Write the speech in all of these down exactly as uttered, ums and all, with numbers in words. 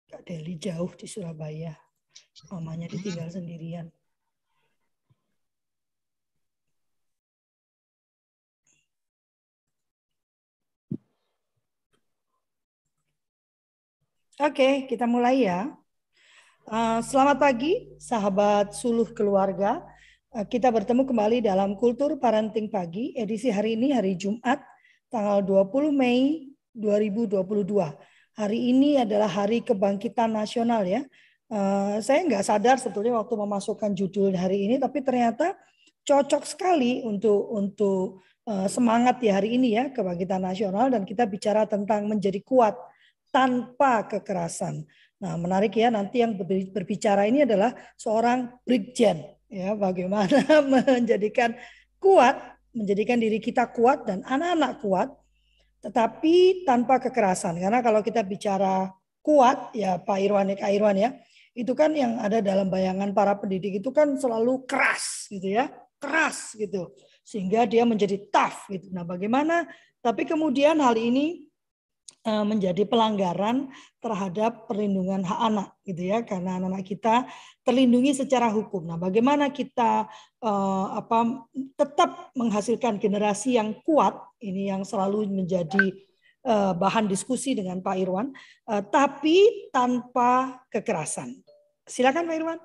Kak Deli jauh di Surabaya. Mamanya ditinggal sendirian. Oke, kita mulai ya. Uh, selamat pagi, sahabat suluh keluarga. Uh, kita bertemu kembali dalam Kultur Parenting Pagi, edisi hari ini hari Jumat, tanggal dua puluh Mei dua ribu dua puluh dua. Hari ini adalah Hari Kebangkitan Nasional ya. Uh, saya nggak sadar sebetulnya waktu memasukkan judul hari ini, tapi ternyata cocok sekali untuk untuk uh, semangat di hari ini ya, Kebangkitan Nasional, dan kita bicara tentang menjadi kuat tanpa kekerasan. Nah, menarik ya, nanti yang berbicara ini adalah seorang brigjen ya, bagaimana menjadikan kuat, menjadikan diri kita kuat dan anak-anak kuat tetapi tanpa kekerasan. Karena kalau kita bicara kuat ya Pak Irwan ya, Kak Irwan ya, itu kan yang ada dalam bayangan para pendidik itu kan selalu keras gitu ya, keras gitu. Sehingga dia menjadi tough gitu. Nah, bagaimana tapi kemudian hal ini menjadi pelanggaran terhadap perlindungan hak anak gitu ya, karena anak-anak kita terlindungi secara hukum. Nah, bagaimana kita uh, apa tetap menghasilkan generasi yang kuat, ini yang selalu menjadi uh, bahan diskusi dengan Pak Irwan, uh, tapi tanpa kekerasan. Silakan Pak Irwan.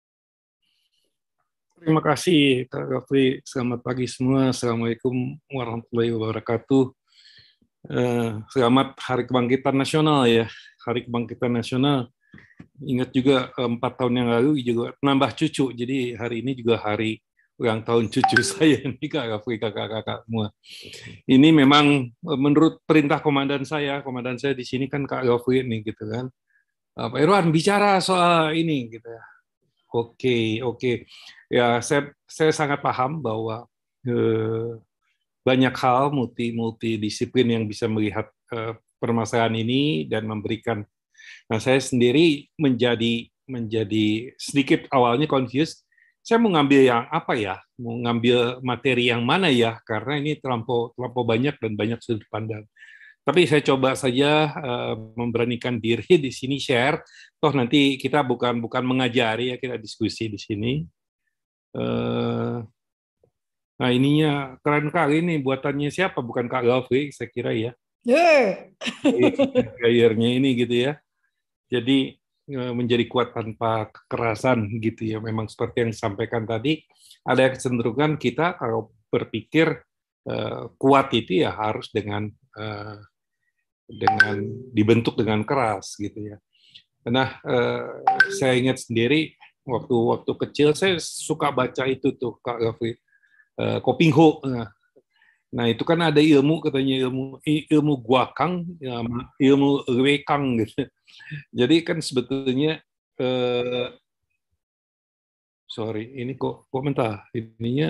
Terima kasih Kak Gafri. Selamat pagi semua. Assalamualaikum warahmatullahi wabarakatuh. Uh, selamat Hari Kebangkitan Nasional ya, Hari Kebangkitan Nasional. Ingat juga empat tahun yang lalu juga nambah cucu, jadi hari ini juga hari ulang tahun cucu saya nih Kak Gafri, kakak-kakak semua. Ini memang menurut perintah komandan saya, komandan saya di sini kan Kak Gafri nih gitu kan. Pak Irwan bicara soal ini gitu. Oke, oke. Ya, saya saya sangat paham bahwa eh, banyak hal multi multidisiplin yang bisa melihat uh, permasalahan ini dan memberikan. Nah, saya sendiri menjadi menjadi sedikit awalnya confused. Saya mau ngambil yang apa ya? Mau ngambil materi yang mana ya? Karena ini terlampau terlampau banyak dan banyak sudut pandang. Tapi saya coba saja uh, memberanikan diri di sini share. Toh nanti kita bukan bukan mengajari ya, kita diskusi di sini. Uh, Nah, ininya keren kali nih, buatannya siapa? Bukan Kak Gafri, saya kira ya. Yeah. Gayarnya ini gitu ya. Jadi menjadi kuat tanpa kekerasan gitu ya. Memang seperti yang disampaikan tadi, ada kecenderungan kita kalau berpikir uh, kuat itu ya harus dengan uh, dengan dibentuk dengan keras gitu ya. Nah, uh, saya ingat sendiri waktu waktu kecil saya suka baca itu tuh Kak Gafri. Uh, Kopingho. Nah, itu kan ada ilmu, katanya ilmu ilmu guakang, ilmu wekang gitu. Jadi kan sebetulnya eh, sorry, ini kok komentar ininya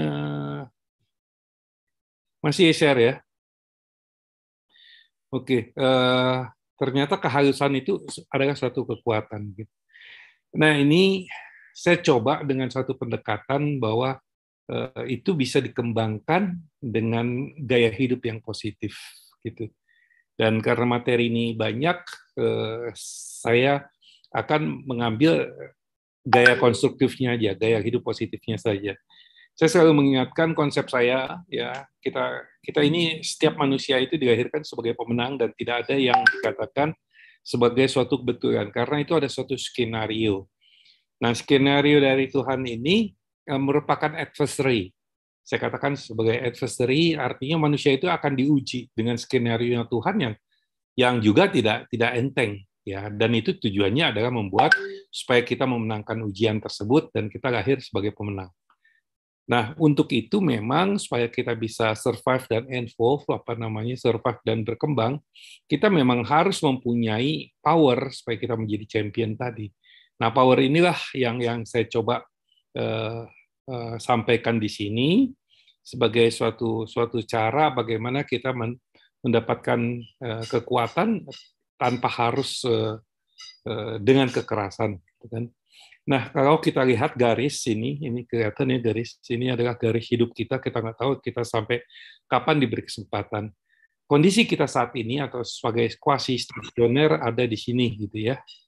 masih share ya. Oke, eh, ternyata kehalusan itu adalah suatu kekuatan gitu. Nah, ini saya coba dengan satu pendekatan bahwa itu bisa dikembangkan dengan gaya hidup yang positif gitu. Dan karena materi ini banyak, saya akan mengambil gaya konstruktifnya aja, gaya hidup positifnya saja. Saya selalu mengingatkan konsep saya, ya kita kita ini setiap manusia itu dilahirkan sebagai pemenang dan tidak ada yang dikatakan sebagai suatu kebetulan karena itu ada suatu skenario. Nah, skenario dari Tuhan ini merupakan adversary. Saya katakan sebagai adversary artinya manusia itu akan diuji dengan skenario Tuhan yang yang juga tidak tidak enteng ya, dan itu tujuannya adalah membuat supaya kita memenangkan ujian tersebut dan kita lahir sebagai pemenang. Nah, untuk itu memang supaya kita bisa survive dan evolve, apa namanya, survive dan berkembang, kita memang harus mempunyai power supaya kita menjadi champion tadi. Nah, power inilah yang yang saya coba uh, uh, sampaikan di sini sebagai suatu suatu cara bagaimana kita men, mendapatkan uh, kekuatan tanpa harus uh, uh, dengan kekerasan, gitu kan. Nah, kalau kita lihat garis sini, ini kelihatan ya garis sini adalah garis hidup kita. Kita nggak tahu kita sampai kapan diberi kesempatan. Kondisi kita saat ini atau sebagai kuasi stasioner ada di sini, gitu ya.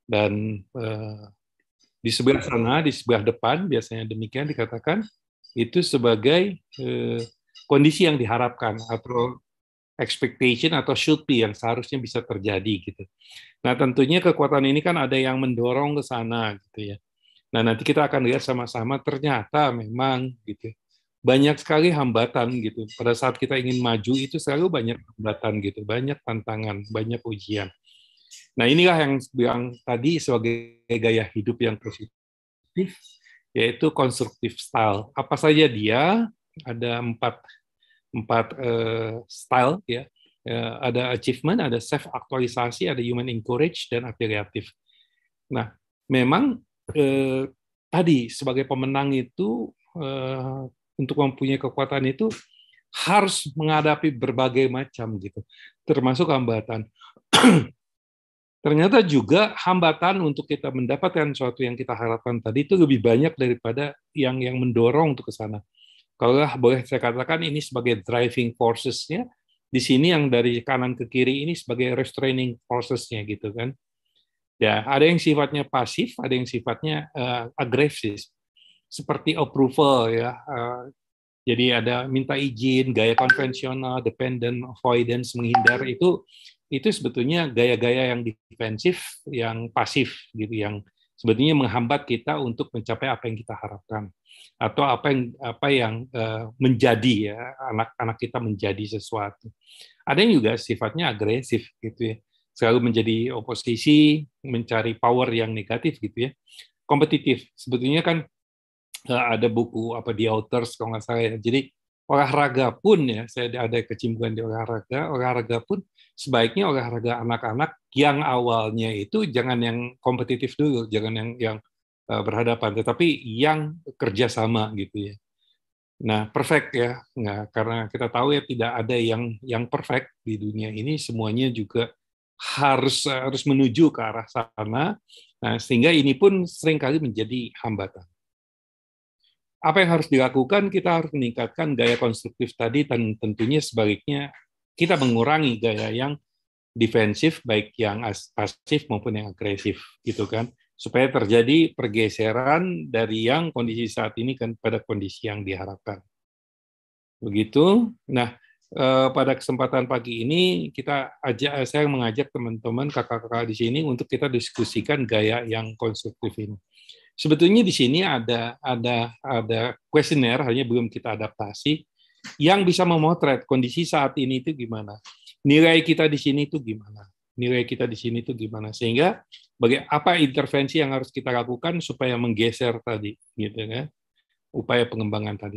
Dan uh, di sebelah sana, di sebelah depan, biasanya demikian dikatakan, itu sebagai uh, kondisi yang diharapkan atau expectation atau should be yang seharusnya bisa terjadi gitu. Nah, tentunya kekuatan ini kan ada yang mendorong ke sana gitu ya. Nah, nanti kita akan lihat sama-sama ternyata memang gitu. Banyak sekali hambatan gitu. Pada saat kita ingin maju itu selalu banyak hambatan gitu, banyak tantangan, banyak ujian. Nah, inilah yang yang tadi sebagai gaya hidup yang positif, yaitu constructive style. Apa saja dia? Ada empat empat uh, style ya. Uh, ada achievement, ada self aktualisasi, ada human encourage, dan afiliatif. Nah, memang eh, tadi sebagai pemenang itu eh, untuk mempunyai kekuatan itu harus menghadapi berbagai macam gitu, termasuk hambatan. Ternyata juga hambatan untuk kita mendapatkan sesuatu yang kita harapkan tadi itu lebih banyak daripada yang yang mendorong untuk ke sana. Kalau boleh saya katakan ini sebagai driving forces-nya, di sini yang dari kanan ke kiri ini sebagai restraining forces-nya gitu kan. Ya, ada yang sifatnya pasif, ada yang sifatnya uh, agresif, seperti approval ya. Uh, jadi ada minta izin, gaya konvensional, dependent, avoidance, menghindar itu itu sebetulnya gaya-gaya yang defensif, yang pasif gitu, yang sebetulnya menghambat kita untuk mencapai apa yang kita harapkan atau apa yang apa yang uh, menjadi ya anak-anak kita menjadi sesuatu. Ada yang juga sifatnya agresif gitu ya, selalu menjadi oposisi, mencari power yang negatif gitu ya, kompetitif. Sebetulnya kan ada buku apa The Authors kalau nggak salah ya. Jadi olahraga pun ya, saya ada kecimpungan di olahraga, olahraga pun sebaiknya olahraga anak-anak yang awalnya itu jangan yang kompetitif dulu, jangan yang yang berhadapan, tetapi yang kerjasama gitu ya. Nah, perfect ya, nah, karena kita tahu ya tidak ada yang yang perfect di dunia ini, semuanya juga harus harus menuju ke arah sana. Nah, sehingga ini pun seringkali menjadi hambatan. Apa yang harus dilakukan? Kita harus meningkatkan gaya konstruktif tadi, dan tentunya sebaliknya kita mengurangi gaya yang defensif, baik yang pasif maupun yang agresif, gitu kan, supaya terjadi pergeseran dari yang kondisi saat ini kan pada kondisi yang diharapkan. Begitu. Nah, pada kesempatan pagi ini kita ajak, saya mengajak teman-teman kakak-kakak di sini untuk kita diskusikan gaya yang konstruktif ini. Sebetulnya di sini ada ada ada kuesioner, hanya belum kita adaptasi, yang bisa memotret kondisi saat ini itu gimana, nilai kita di sini itu gimana, nilai kita di sini itu gimana, sehingga baga- apa intervensi yang harus kita lakukan supaya menggeser tadi, gitu kan, upaya pengembangan tadi.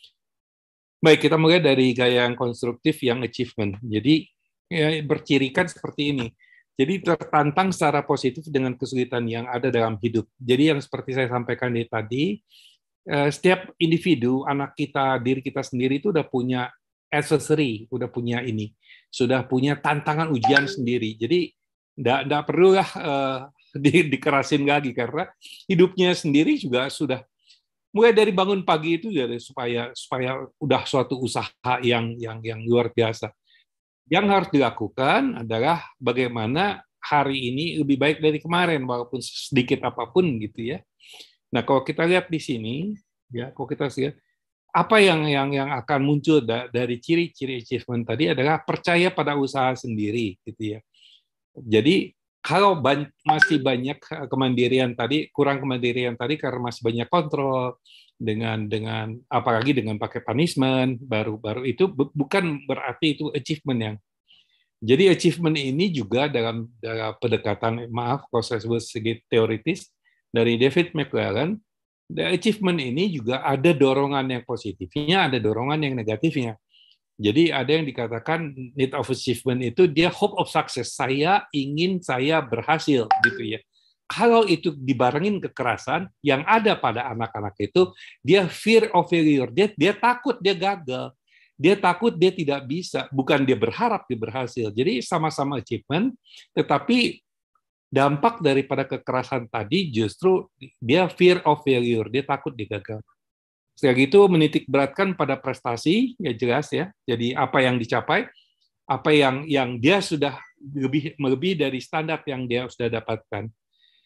Baik, kita mulai dari gaya yang konstruktif, yang achievement. Jadi ya, bercirikan seperti ini. Jadi tertantang secara positif dengan kesulitan yang ada dalam hidup. Jadi yang seperti saya sampaikan di tadi, setiap individu, anak kita, diri kita sendiri itu udah punya adversary, udah punya ini, sudah punya tantangan ujian sendiri. Jadi enggak perlulah uh, di, dikerasin lagi, karena hidupnya sendiri juga sudah mulai dari bangun pagi itu ya supaya supaya udah suatu usaha yang yang yang luar biasa. Yang harus dilakukan adalah bagaimana hari ini lebih baik dari kemarin, walaupun sedikit apapun gitu ya. Nah, kalau kita lihat di sini, ya, kalau kita lihat apa yang yang yang akan muncul da, dari ciri-ciri achievement tadi adalah percaya pada usaha sendiri, gitu ya. Jadi kalau ban, masih banyak kemandirian tadi, kurang kemandirian tadi karena masih banyak kontrol, dengan dengan apalagi dengan pakai punishment baru-baru itu bukan berarti itu achievement yang. Jadi achievement ini juga dalam, dalam pendekatan, maaf kalau saya sebut segi teoritis dari David McClellan, the achievement ini juga ada dorongan yang positifnya, ada dorongan yang negatifnya. Jadi ada yang dikatakan need of achievement itu dia hope of success, saya ingin saya berhasil gitu ya. Kalau itu dibarengin kekerasan yang ada pada anak-anak itu, dia fear of failure, dia, dia takut dia gagal, dia takut dia tidak bisa, bukan dia berharap dia berhasil. Jadi sama-sama achievement, tetapi dampak daripada kekerasan tadi justru dia fear of failure, dia takut dia gagal. Setelah itu menitik beratkan pada prestasi, ya jelas ya. Jadi apa yang dicapai, apa yang yang dia sudah lebih melebihi dari standar yang dia sudah dapatkan.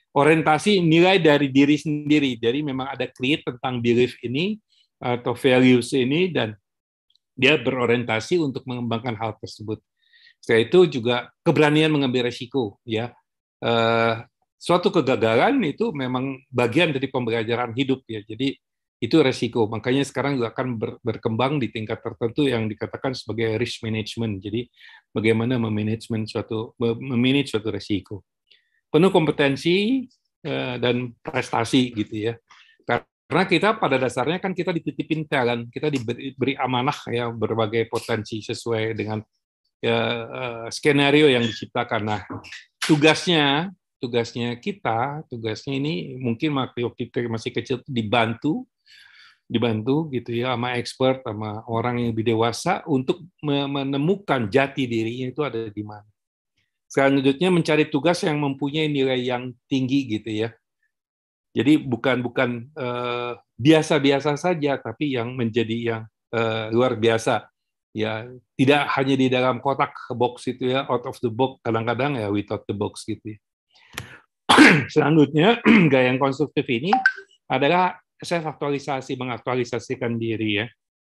orientasi nilai dari diri sendiri. Jadi memang ada create tentang belief ini atau values ini, dan dia berorientasi untuk mengembangkan hal tersebut. Setelah itu juga keberanian mengambil resiko, ya. Uh, suatu kegagalan itu memang bagian dari pembelajaran hidup, ya. Jadi itu resiko. Makanya sekarang juga akan ber, berkembang di tingkat tertentu yang dikatakan sebagai risk management. Jadi bagaimana memanajemen suatu memanage suatu resiko. Penuh kompetensi uh, dan prestasi, gitu ya. Karena kita pada dasarnya kan kita dititipin talent, kita diberi, diberi amanah, ya, berbagai potensi sesuai dengan ya, uh, skenario yang diciptakan. Nah, tugasnya, tugasnya kita, tugasnya ini mungkin waktu kita masih kecil dibantu, dibantu gitu ya sama expert, sama orang yang lebih dewasa untuk menemukan jati dirinya itu ada di mana. Selanjutnya mencari tugas yang mempunyai nilai yang tinggi gitu ya. Jadi bukan bukan uh, biasa-biasa saja, tapi yang menjadi yang uh, luar biasa. Ya, tidak hanya di dalam kotak box itu ya, out of the box, kadang-kadang ya without the box gitu. Selanjutnya, gaya yang konstruktif ini adalah self aktualisasi, mengaktualisasikan diri, ya.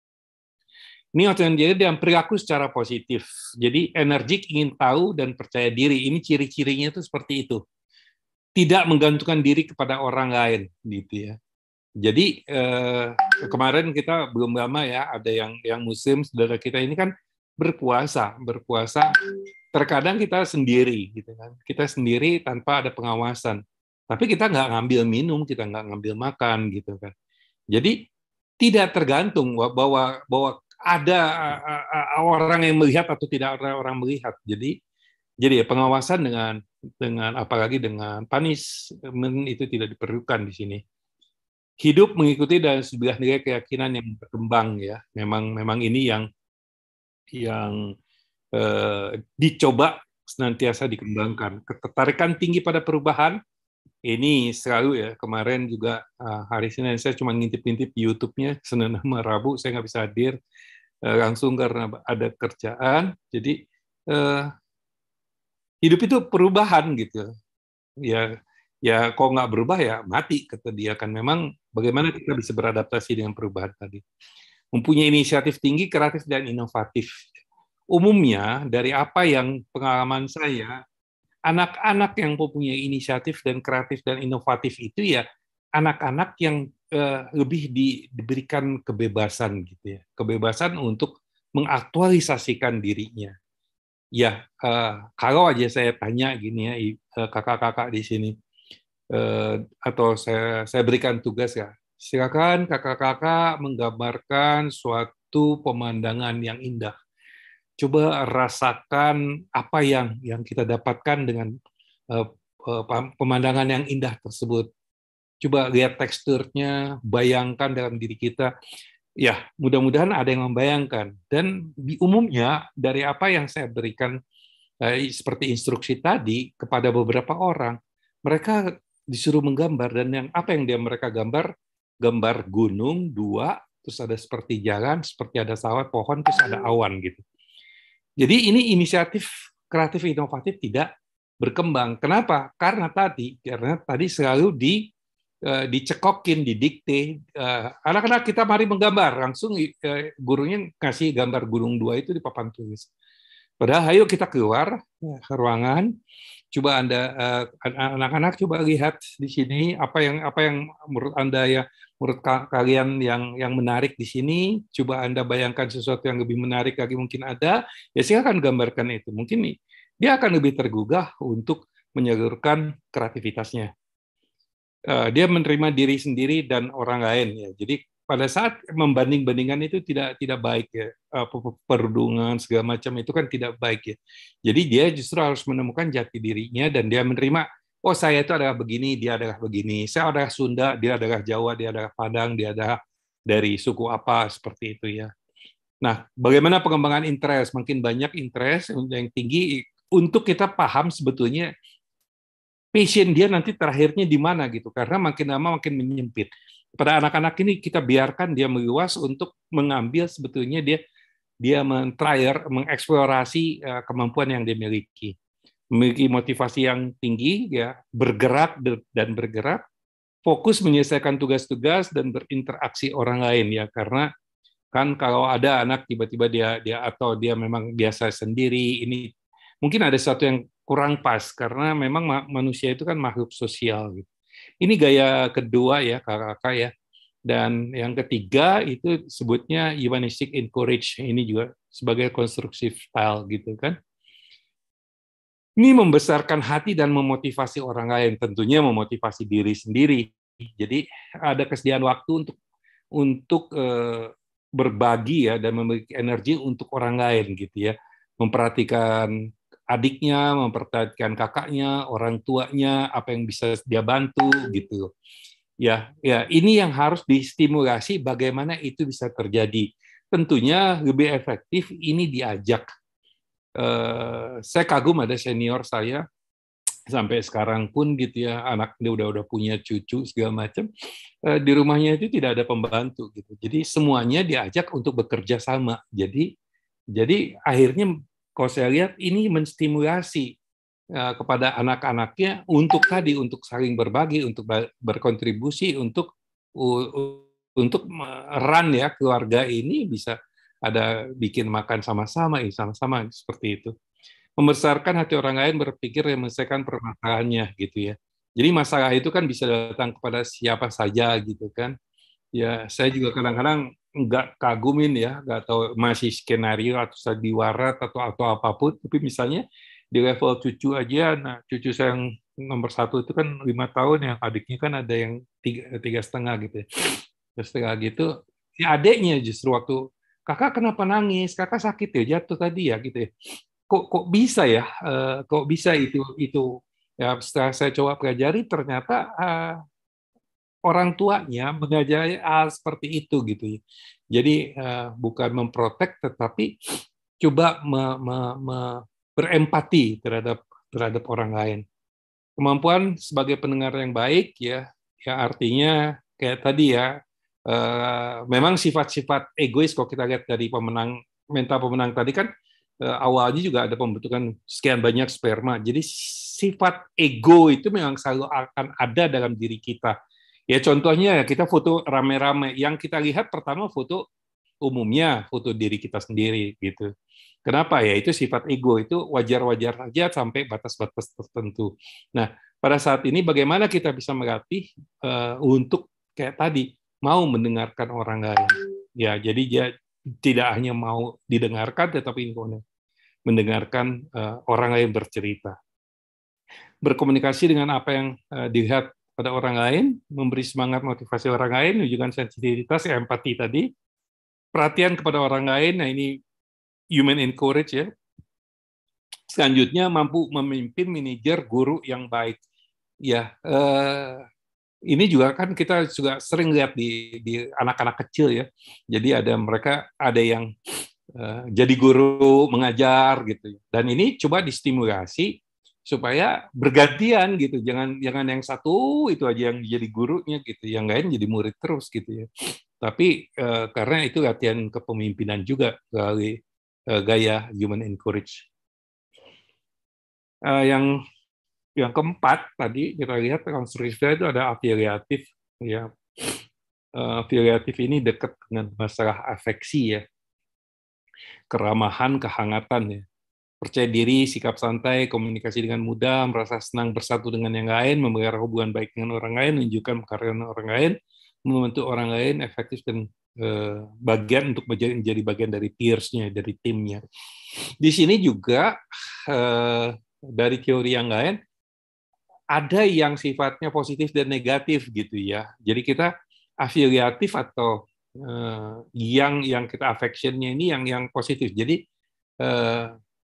Ini aktualisasi diri dan perilaku secara positif. Jadi energik, ingin tahu dan percaya diri. Ini ciri-cirinya itu seperti itu. Tidak menggantungkan diri kepada orang lain, gitu ya. Jadi eh, kemarin kita belum lama ya ada yang yang muslim saudara kita ini kan berpuasa, berpuasa terkadang kita sendiri gitu kan, kita sendiri tanpa ada pengawasan. Tapi kita nggak ngambil minum, kita nggak ngambil makan gitu kan. Jadi tidak tergantung bahwa bahwa ada orang yang melihat atau tidak ada orang melihat. Jadi jadi ya pengawasan dengan dengan apalagi dengan punishment itu tidak diperlukan di sini. Hidup mengikuti dari sebuah nilai keyakinan yang berkembang, ya. Memang memang ini yang yang eh, dicoba senantiasa dikembangkan. Ketertarikan tinggi pada perubahan ini selalu, ya. Kemarin juga uh, hari Senin saya cuma ngintip-ngintip YouTube-nya, Senin sama Rabu saya nggak bisa hadir uh, langsung karena ada kerjaan. Jadi uh, hidup itu perubahan gitu, ya. Ya, kalau nggak berubah ya mati, kata dia kan. Memang bagaimana kita bisa beradaptasi dengan perubahan tadi. Mempunyai inisiatif tinggi, kreatif, dan inovatif. Umumnya, dari apa yang pengalaman saya, anak-anak yang mempunyai inisiatif dan kreatif dan inovatif itu ya anak-anak yang uh, lebih di, diberikan kebebasan gitu ya. Kebebasan untuk mengaktualisasikan dirinya. Ya, uh, kalau aja saya tanya gini ya, uh, kakak-kakak di sini, Uh, atau saya, saya berikan tugas ya, silakan kakak-kakak menggambarkan suatu pemandangan yang indah. Coba rasakan apa yang yang kita dapatkan dengan uh, uh, pemandangan yang indah tersebut. Coba lihat teksturnya, bayangkan dalam diri kita. Ya, mudah-mudahan ada yang membayangkan. Dan di umumnya dari apa yang saya berikan uh, seperti instruksi tadi kepada beberapa orang, mereka disuruh menggambar, dan yang apa yang dia mereka gambar, gambar gunung dua, terus ada seperti jalan, seperti ada sawah, pohon, terus ada awan gitu. Jadi ini inisiatif kreatif inovatif tidak berkembang. Kenapa? Karena tadi, karena tadi selalu di uh, dicekokin, didikte. Uh, anak-anak kita mari menggambar, langsung uh, gurunya kasih gambar gunung dua itu di papan tulis. Padahal ayo kita keluar ke ruangan. Coba Anda anak-anak coba lihat di sini apa yang apa yang menurut Anda ya, menurut kalian yang yang menarik di sini. Coba Anda bayangkan sesuatu yang lebih menarik lagi mungkin ada. Ya silakan gambarkan itu. Mungkin dia akan lebih tergugah untuk menyalurkan kreativitasnya. Dia menerima diri sendiri dan orang lain ya. Jadi pada saat membanding-bandingkan itu tidak tidak baik ya, perundungan segala macam itu kan tidak baik ya. Jadi dia justru harus menemukan jati dirinya dan dia menerima, oh saya itu adalah begini, dia adalah begini, saya adalah Sunda, dia adalah Jawa, dia adalah Padang, dia adalah dari suku apa, seperti itu ya. Nah, bagaimana pengembangan interest? Makin banyak interest yang tinggi untuk kita paham sebetulnya passion dia nanti terakhirnya di mana gitu, karena makin lama makin menyempit. Pada anak-anak ini kita biarkan dia meluas untuk mengambil sebetulnya dia dia men-tryer, mengeksplorasi uh, kemampuan yang dia miliki. memiliki motivasi yang tinggi, ya, bergerak dan bergerak, fokus menyelesaikan tugas-tugas dan berinteraksi orang lain, ya, karena kan kalau ada anak tiba-tiba dia dia atau dia memang biasa sendiri, ini mungkin ada sesuatu yang kurang pas karena memang manusia itu kan makhluk sosial gitu. Ini gaya kedua ya kakak-kakak ya. Dan yang ketiga itu sebutnya humanistic encourage. Ini juga sebagai constructive style gitu kan. Ini membesarkan hati dan memotivasi orang lain, tentunya memotivasi diri sendiri. Jadi ada kesediaan waktu untuk untuk eh, berbagi ya dan memiliki energi untuk orang lain gitu ya, memperhatikan adiknya, memperhatikan kakaknya, orang tuanya, apa yang bisa dia bantu gitu. Ya, ya ini yang harus distimulasi bagaimana itu bisa terjadi. Tentunya lebih efektif ini diajak. Uh, saya kagum ada senior saya sampai sekarang pun gitu ya, anak dia udah udah punya cucu segala macam, uh, di rumahnya itu tidak ada pembantu gitu. Jadi semuanya diajak untuk bekerja sama. Jadi jadi akhirnya kalau saya lihat ini menstimulasi uh, kepada anak-anaknya untuk tadi untuk saling berbagi, untuk berkontribusi, untuk uh, untuk run ya keluarga ini bisa ada bikin makan sama-sama, sama-sama seperti itu. Membesarkan hati orang lain berpikir dan menyelesaikan permasalahannya gitu ya. Jadi masalah itu kan bisa datang kepada siapa saja gitu kan. Ya saya juga kadang-kadang nggak kagumin ya, nggak tahu masih skenario atau sandiwara atau atau apapun. Tapi misalnya di level cucu aja, nah cucu saya yang nomor satu itu kan lima tahun ya, adiknya kan ada yang tiga tiga setengah gitu ya. Tiga setengah gitu. Si adiknya justru waktu kakak kenapa nangis, kakak sakit ya jatuh tadi ya gitu ya. Kok kok bisa ya? Uh, kok bisa itu itu ya setelah saya coba pelajari ternyata uh, orang tuanya mengajari hal seperti itu gitu. Jadi uh, bukan memprotek tetapi coba me, me, me, berempati terhadap terhadap orang lain. Kemampuan sebagai pendengar yang baik ya, ya artinya kayak tadi ya, uh, memang sifat-sifat egois kalau kita lihat dari pemenang mental pemenang tadi kan uh, awalnya juga ada pembentukan sekian banyak sperma. Jadi sifat ego itu memang selalu akan ada dalam diri kita. Ya contohnya kita foto rame-rame, yang kita lihat pertama foto umumnya, foto diri kita sendiri gitu. Kenapa ya? Itu sifat ego, itu wajar-wajar saja sampai batas-batas tertentu. Nah, pada saat ini bagaimana kita bisa melatih uh, untuk kayak tadi mau mendengarkan orang lain. Ya, jadi dia tidak hanya mau didengarkan, tetapi mendengarkan uh, orang lain bercerita. Berkomunikasi dengan apa yang uh, dilihat pada orang lain, memberi semangat motivasi orang lain, menunjukkan sensitivitas, empati tadi, perhatian kepada orang lain, nah ini human encourage ya. Selanjutnya mampu memimpin manajer guru yang baik. Ya, eh, ini juga kan kita juga sering lihat di di anak-anak kecil ya. Jadi ada mereka ada yang eh, jadi guru mengajar gitu. Dan ini coba distimulasi supaya bergantian gitu. Jangan jangan yang satu itu aja yang jadi gurunya gitu, yang lain jadi murid terus gitu ya. Tapi eh, karena itu latihan kepemimpinan juga melalui eh, gaya human encourage. Eh, yang yang keempat tadi kita lihat konstruktif itu ada afiliatif ya. Uh, afiliatif ini dekat dengan masalah afeksi ya, keramahan, kehangatan ya, percaya diri, sikap santai, komunikasi dengan mudah, merasa senang bersatu dengan yang lain, memelihara hubungan baik dengan orang lain, menunjukkan penghargaan orang lain, membantu orang lain, efektif dan uh, bagian untuk menjadi, menjadi bagian dari peers-nya, dari timnya. Di sini juga uh, dari teori yang lain ada yang sifatnya positif dan negatif gitu ya. Jadi kita afiliatif atau uh, yang yang kita affectionnya ini yang yang positif. Jadi uh,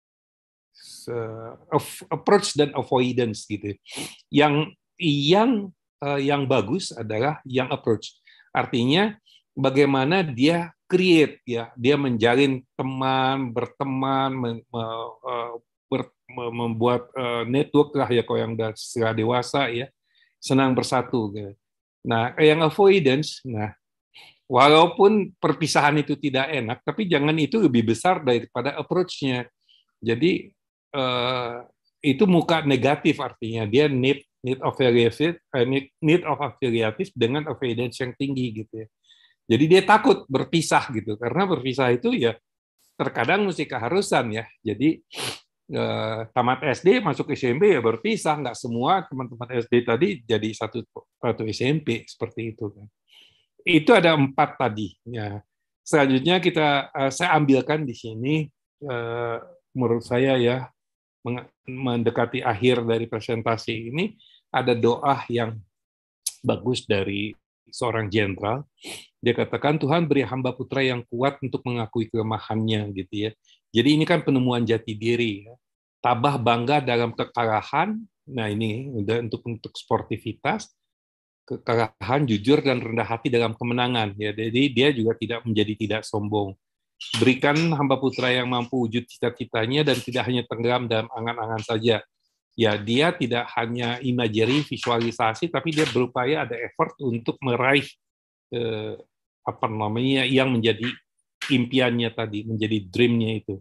approach dan avoidance gitu. Yang yang uh, yang bagus adalah yang approach. Artinya bagaimana dia create ya, dia menjalin teman, berteman, uh, ber, membuat uh, network lah ya kalau yang sudah dewasa ya, senang bersatu gitu. Nah, yang avoidance, nah walaupun perpisahan itu tidak enak, tapi jangan itu lebih besar daripada approach-nya. Jadi uh, itu muka negatif, artinya dia need need of affiliative, need, need of affiliative dengan avoidance yang tinggi gitu ya. Jadi dia takut berpisah gitu, karena berpisah itu ya terkadang mesti keharusan ya. Jadi eh, tamat S D masuk S M P ya berpisah, nggak semua teman-teman S D tadi jadi satu satu S M P seperti itu kan. Itu ada empat tadi. Ya. Selanjutnya kita eh, saya ambilkan di sini eh, menurut saya ya mendekati akhir dari presentasi ini ada doa yang bagus dari seorang jenderal. Dia katakan, Tuhan beri hamba putra yang kuat untuk mengakui kelemahannya gitu ya. Jadi ini kan penemuan jati diri ya. Tabah bangga dalam kekalahan. Nah ini udah untuk untuk sportivitas, kekalahan, jujur dan rendah hati dalam kemenangan ya. Jadi dia juga tidak menjadi tidak sombong. Berikan hamba putra yang mampu wujud cita-citanya dan tidak hanya tenggelam dalam angan-angan saja. Ya, dia tidak hanya imagery, visualisasi, tapi dia berupaya ada effort untuk meraih eh, apa namanya yang menjadi impiannya tadi, menjadi dream-nya itu.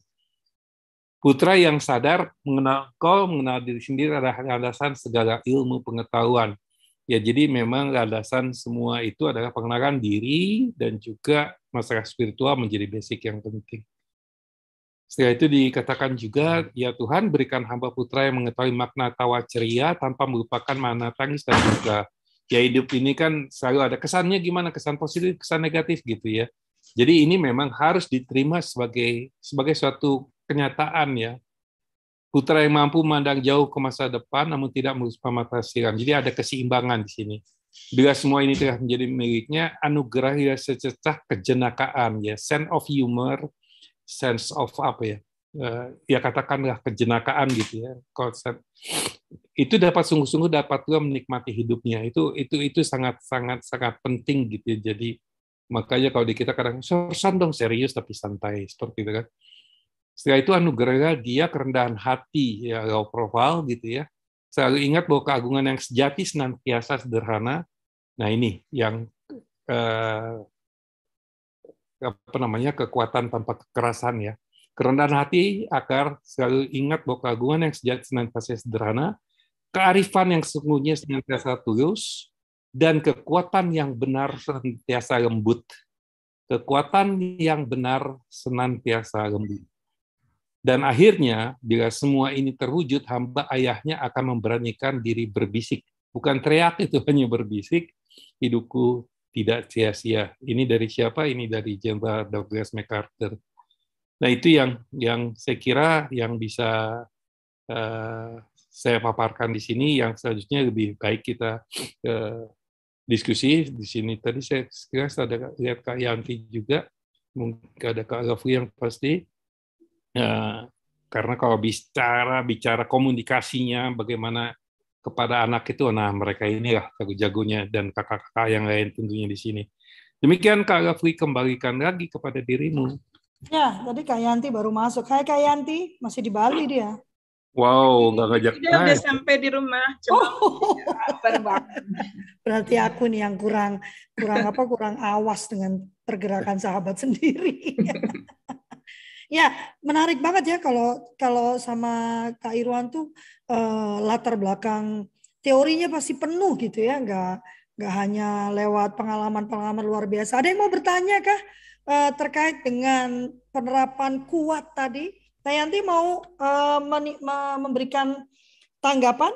Putra yang sadar mengenal kau, mengenal diri sendiri adalah landasan segala ilmu pengetahuan. Ya, jadi memang landasan semua itu adalah pengenalan diri dan juga masalah spiritual menjadi basic yang penting. Setelah itu dikatakan juga, ya Tuhan berikan hamba putra yang mengetahui makna tawa ceria tanpa melupakan makna tangis dan duka. Ya hidup ini kan selalu ada kesannya gimana, kesan positif, kesan negatif gitu ya. Jadi ini memang harus diterima sebagai sebagai suatu kenyataan ya. Putra yang mampu memandang jauh ke masa depan namun tidak melupa mata silam. Jadi ada keseimbangan di sini. Bila semua ini telah menjadi miliknya, anugerah ya sececah kejenakaan ya, sense of humor, sense of apa ya, uh, ya katakanlah kejenakaan gitu ya, konsep itu dapat sungguh-sungguh dapat juga menikmati hidupnya, itu itu itu sangat sangat sangat penting gitu ya. Jadi makanya kalau di kita kadang sersan dong serius tapi santai seperti itu kan. Setelah itu anugerah dia kerendahan hati ya, low profile gitu ya, selalu ingat bahwa keagungan yang sejati senantiasa sederhana. Nah ini yang uh, apa namanya kekuatan tanpa kekerasan ya. Kerendahan hati agar selalu ingat bahwa keagungan yang sejati senantiasa sederhana, kearifan yang sesungguhnya senantiasa tulus, dan kekuatan yang benar senantiasa lembut. Kekuatan yang benar senantiasa lembut. Dan akhirnya, bila semua ini terwujud, hamba ayahnya akan memberanikan diri berbisik. Bukan teriak, itu hanya berbisik, hidupku tidak sia-sia. Ini dari siapa? Ini dari Jenderal Douglas MacArthur. Nah itu yang yang saya kira yang bisa uh, saya paparkan di sini. Yang selanjutnya lebih baik kita uh, diskusi di sini. Tadi saya kira ada lihat Kak Yanti juga, mungkin ada Kak Gafri yang pasti. Uh, karena kalau bicara bicara komunikasinya bagaimana kepada anak itu, nah mereka inilah jago-jagonya dan kakak-kakak yang lain tentunya di sini. Demikian Kak Gafri, kembalikan lagi kepada dirimu. Ya, tadi Kak Yanti baru masuk. Hai Kak Yanti, masih di Bali dia. Wow, nggak ngajak. Dia udah sampai di rumah. Cuma oh. Berarti aku nih yang kurang kurang apa kurang awas dengan pergerakan sahabat sendiri. Ya, menarik banget ya kalau kalau sama Kak Irwan tuh eh, latar belakang teorinya pasti penuh gitu ya, nggak nggak hanya lewat pengalaman-pengalaman luar biasa. Ada yang mau bertanya kah eh, terkait dengan penerapan kuat tadi? Kak Yanti mau eh, meni- memberikan tanggapan?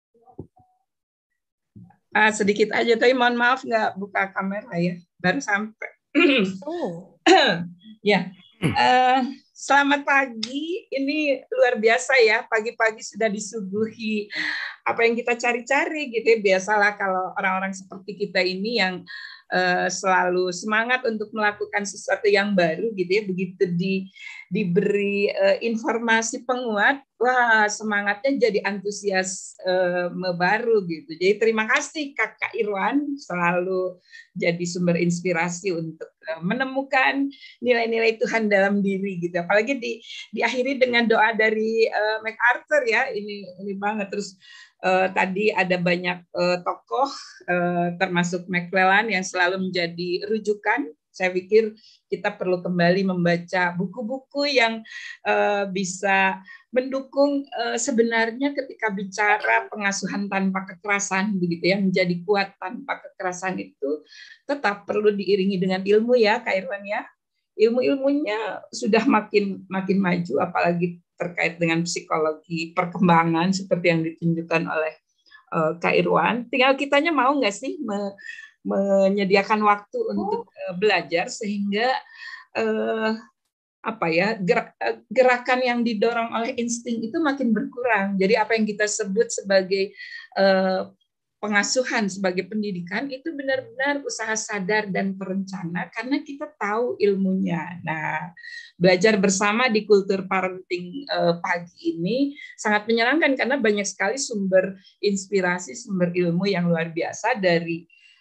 Ah, sedikit aja, tapi mohon maaf nggak buka kamera ya, baru sampai. Oh. Ya. Uh, selamat pagi, ini luar biasa ya, pagi-pagi sudah disuguhi apa yang kita cari-cari gitu ya. Biasalah kalau orang-orang seperti kita ini yang uh, selalu semangat untuk melakukan sesuatu yang baru gitu ya, begitu di, diberi uh, informasi penguat, wah semangatnya jadi antusias uh, baru gitu. Jadi terima kasih Kakak Irwan, selalu jadi sumber inspirasi untuk uh, menemukan nilai-nilai Tuhan dalam diri gitu. Apalagi di diakhiri dengan doa dari uh, MacArthur ya, ini ini banget. Terus uh, tadi ada banyak uh, tokoh uh, termasuk McClellan yang selalu menjadi rujukan Saya pikir kita perlu kembali membaca buku-buku yang uh, bisa mendukung uh, sebenarnya ketika bicara pengasuhan tanpa kekerasan begitu ya, menjadi kuat tanpa kekerasan itu tetap perlu diiringi dengan ilmu ya, Kak Irwan ya. Ilmu-ilmunya sudah makin makin maju, apalagi terkait dengan psikologi perkembangan seperti yang ditunjukkan oleh uh, Kak Irwan. Tinggal kitanya mau nggak sih me, menyediakan waktu untuk uh, belajar sehingga uh, apa ya gerak, gerakan yang didorong oleh insting itu makin berkurang. Jadi apa yang kita sebut sebagai uh, pengasuhan sebagai pendidikan itu benar-benar usaha sadar dan terencana karena kita tahu ilmunya. Nah, belajar bersama di kultur parenting eh, pagi ini sangat menyenangkan karena banyak sekali sumber inspirasi, sumber ilmu yang luar biasa dari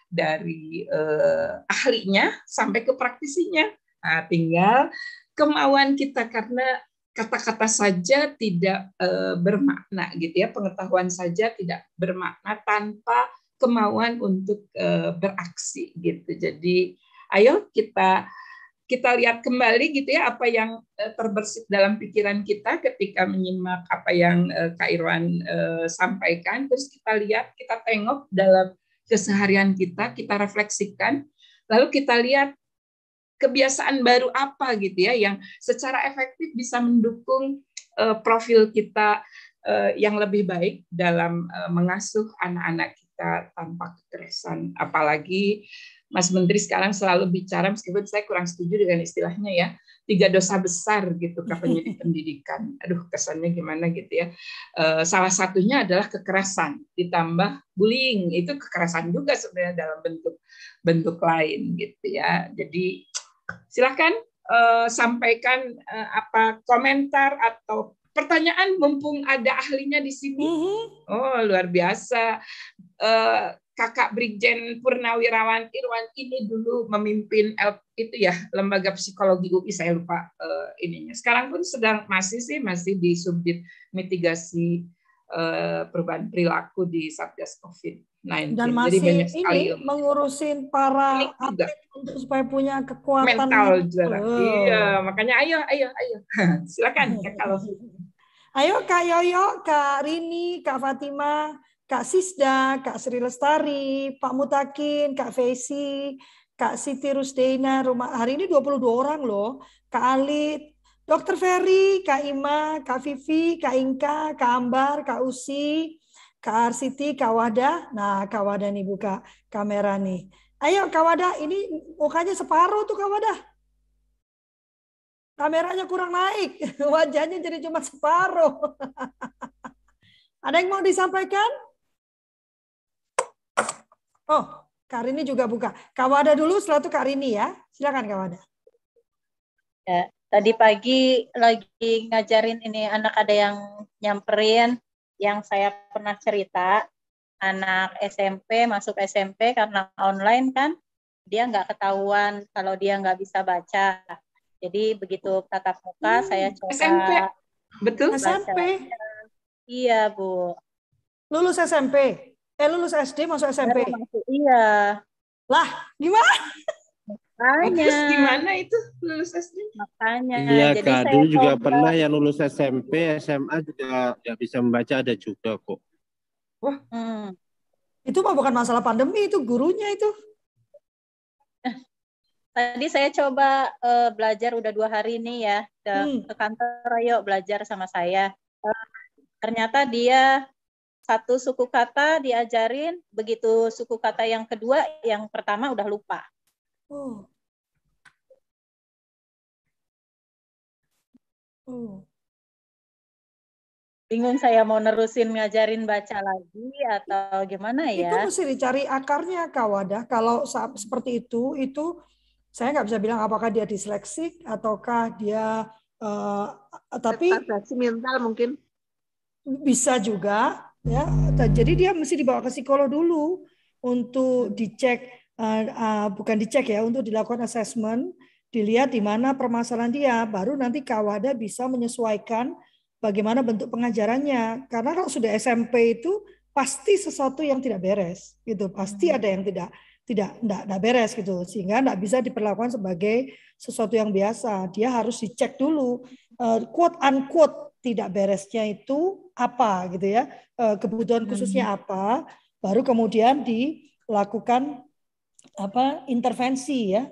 dari eh, ahlinya sampai ke praktisinya. Nah, tinggal kemauan kita karena kata-kata saja tidak e, bermakna gitu ya, pengetahuan saja tidak bermakna tanpa kemauan untuk e, beraksi gitu. Jadi ayo kita kita lihat kembali gitu ya apa yang e, terbersit dalam pikiran kita ketika menyimak apa yang e, Kak Irwan e, sampaikan, terus kita lihat, kita tengok dalam keseharian kita, kita refleksikan, lalu kita lihat kebiasaan baru apa gitu ya yang secara efektif bisa mendukung uh, profil kita uh, yang lebih baik dalam uh, mengasuh anak-anak kita tanpa kekerasan. Apalagi Mas Menteri sekarang selalu bicara, meskipun saya kurang setuju dengan istilahnya ya, tiga dosa besar gitu katanya di pendidikan. Aduh, kesannya gimana gitu ya. Uh, salah satunya adalah kekerasan ditambah bullying, itu kekerasan juga sebenarnya dalam bentuk bentuk lain gitu ya. Jadi silakan uh, sampaikan uh, apa komentar atau pertanyaan mumpung ada ahlinya di sini. Oh, luar biasa. Uh, Kakak Brigjen Purnawirawan Irwan ini dulu memimpin itu ya lembaga psikologi U I, saya lupa uh, ininya. Sekarang pun sedang masih sih masih di subdit mitigasi uh, perubahan perilaku di Satgas covid sembilan belas. Dan masih jadi banyak sekali ini mengurusin para atlet untuk supaya punya kekuatan mental juga. Oh. Iya, makanya ayo ayo ayo. Silakan Kak Kalau. Ayo Kak Yoyo, Kak Rini, Kak Fatima, Kak Sisda, Kak Sri Lestari, Pak Mutakin, Kak Fesi, Kak Siti Rusdeina. Rumah hari ini dua puluh dua orang loh. Kak Alit, Dokter Ferry, Kak Ima, Kak Vivi, Kak Inka, Kak Ambar, Kak Usi, Kak Arsiti, Kak Wada. Nah, Kak Wada nih buka kamera nih. Ayo Kak Wada, ini mukanya separuh tuh Kak Wada. Kameranya kurang naik, wajahnya jadi cuma separuh. Ada yang mau disampaikan? Oh, Kak Rini juga buka. Kak Wada dulu, setelah itu Kak Rini ya. Silakan Kak Wada. Ya, tadi pagi lagi ngajarin ini anak ada yang nyamperin, yang saya pernah cerita, anak S M P masuk S M P karena online kan, dia nggak ketahuan kalau dia nggak bisa baca. Jadi begitu tatap muka hmm, saya coba. S M P, betul? S M P. Iya Bu. Lulus S M P. Eh lulus S D masuk S M P. Masuk, iya. Lah gimana? Makanya. Terus gimana itu lulus S D? Makanya. Iya jadi Kak, saya dulu juga coba. pernah yang lulus S M P, S M A juga nggak bisa membaca, ada juga kok. Wah, hmm. itu mah bukan masalah pandemi, itu gurunya itu. Tadi saya coba uh, belajar udah dua hari ini ya ke, hmm. ke kantor, ayo belajar sama saya. Uh, ternyata dia satu suku kata diajarin, begitu suku kata yang kedua, yang pertama udah lupa. Oh. Oh. Bingung saya mau nerusin ngajarin baca lagi atau gimana ya? Itu mesti dicari akarnya Kak Wada. Kalau seperti itu, itu saya nggak bisa bilang apakah dia disleksik ataukah dia, uh, tapi retardasi mental mungkin bisa juga ya. Jadi dia mesti dibawa ke psikolog dulu untuk dicek, uh, uh, bukan dicek ya, untuk dilakukan assessment, dilihat di mana permasalahan dia, baru nanti Kak Wada bisa menyesuaikan bagaimana bentuk pengajarannya. Karena kalau sudah S M P itu pasti sesuatu yang tidak beres, gitu. Pasti ada yang tidak tidak tidak tidak beres gitu, sehingga tidak bisa diperlakukan sebagai sesuatu yang biasa. Dia harus dicek dulu uh, quote unquote tidak beresnya itu apa gitu ya, uh, kebutuhan khususnya apa, baru kemudian dilakukan apa intervensi ya.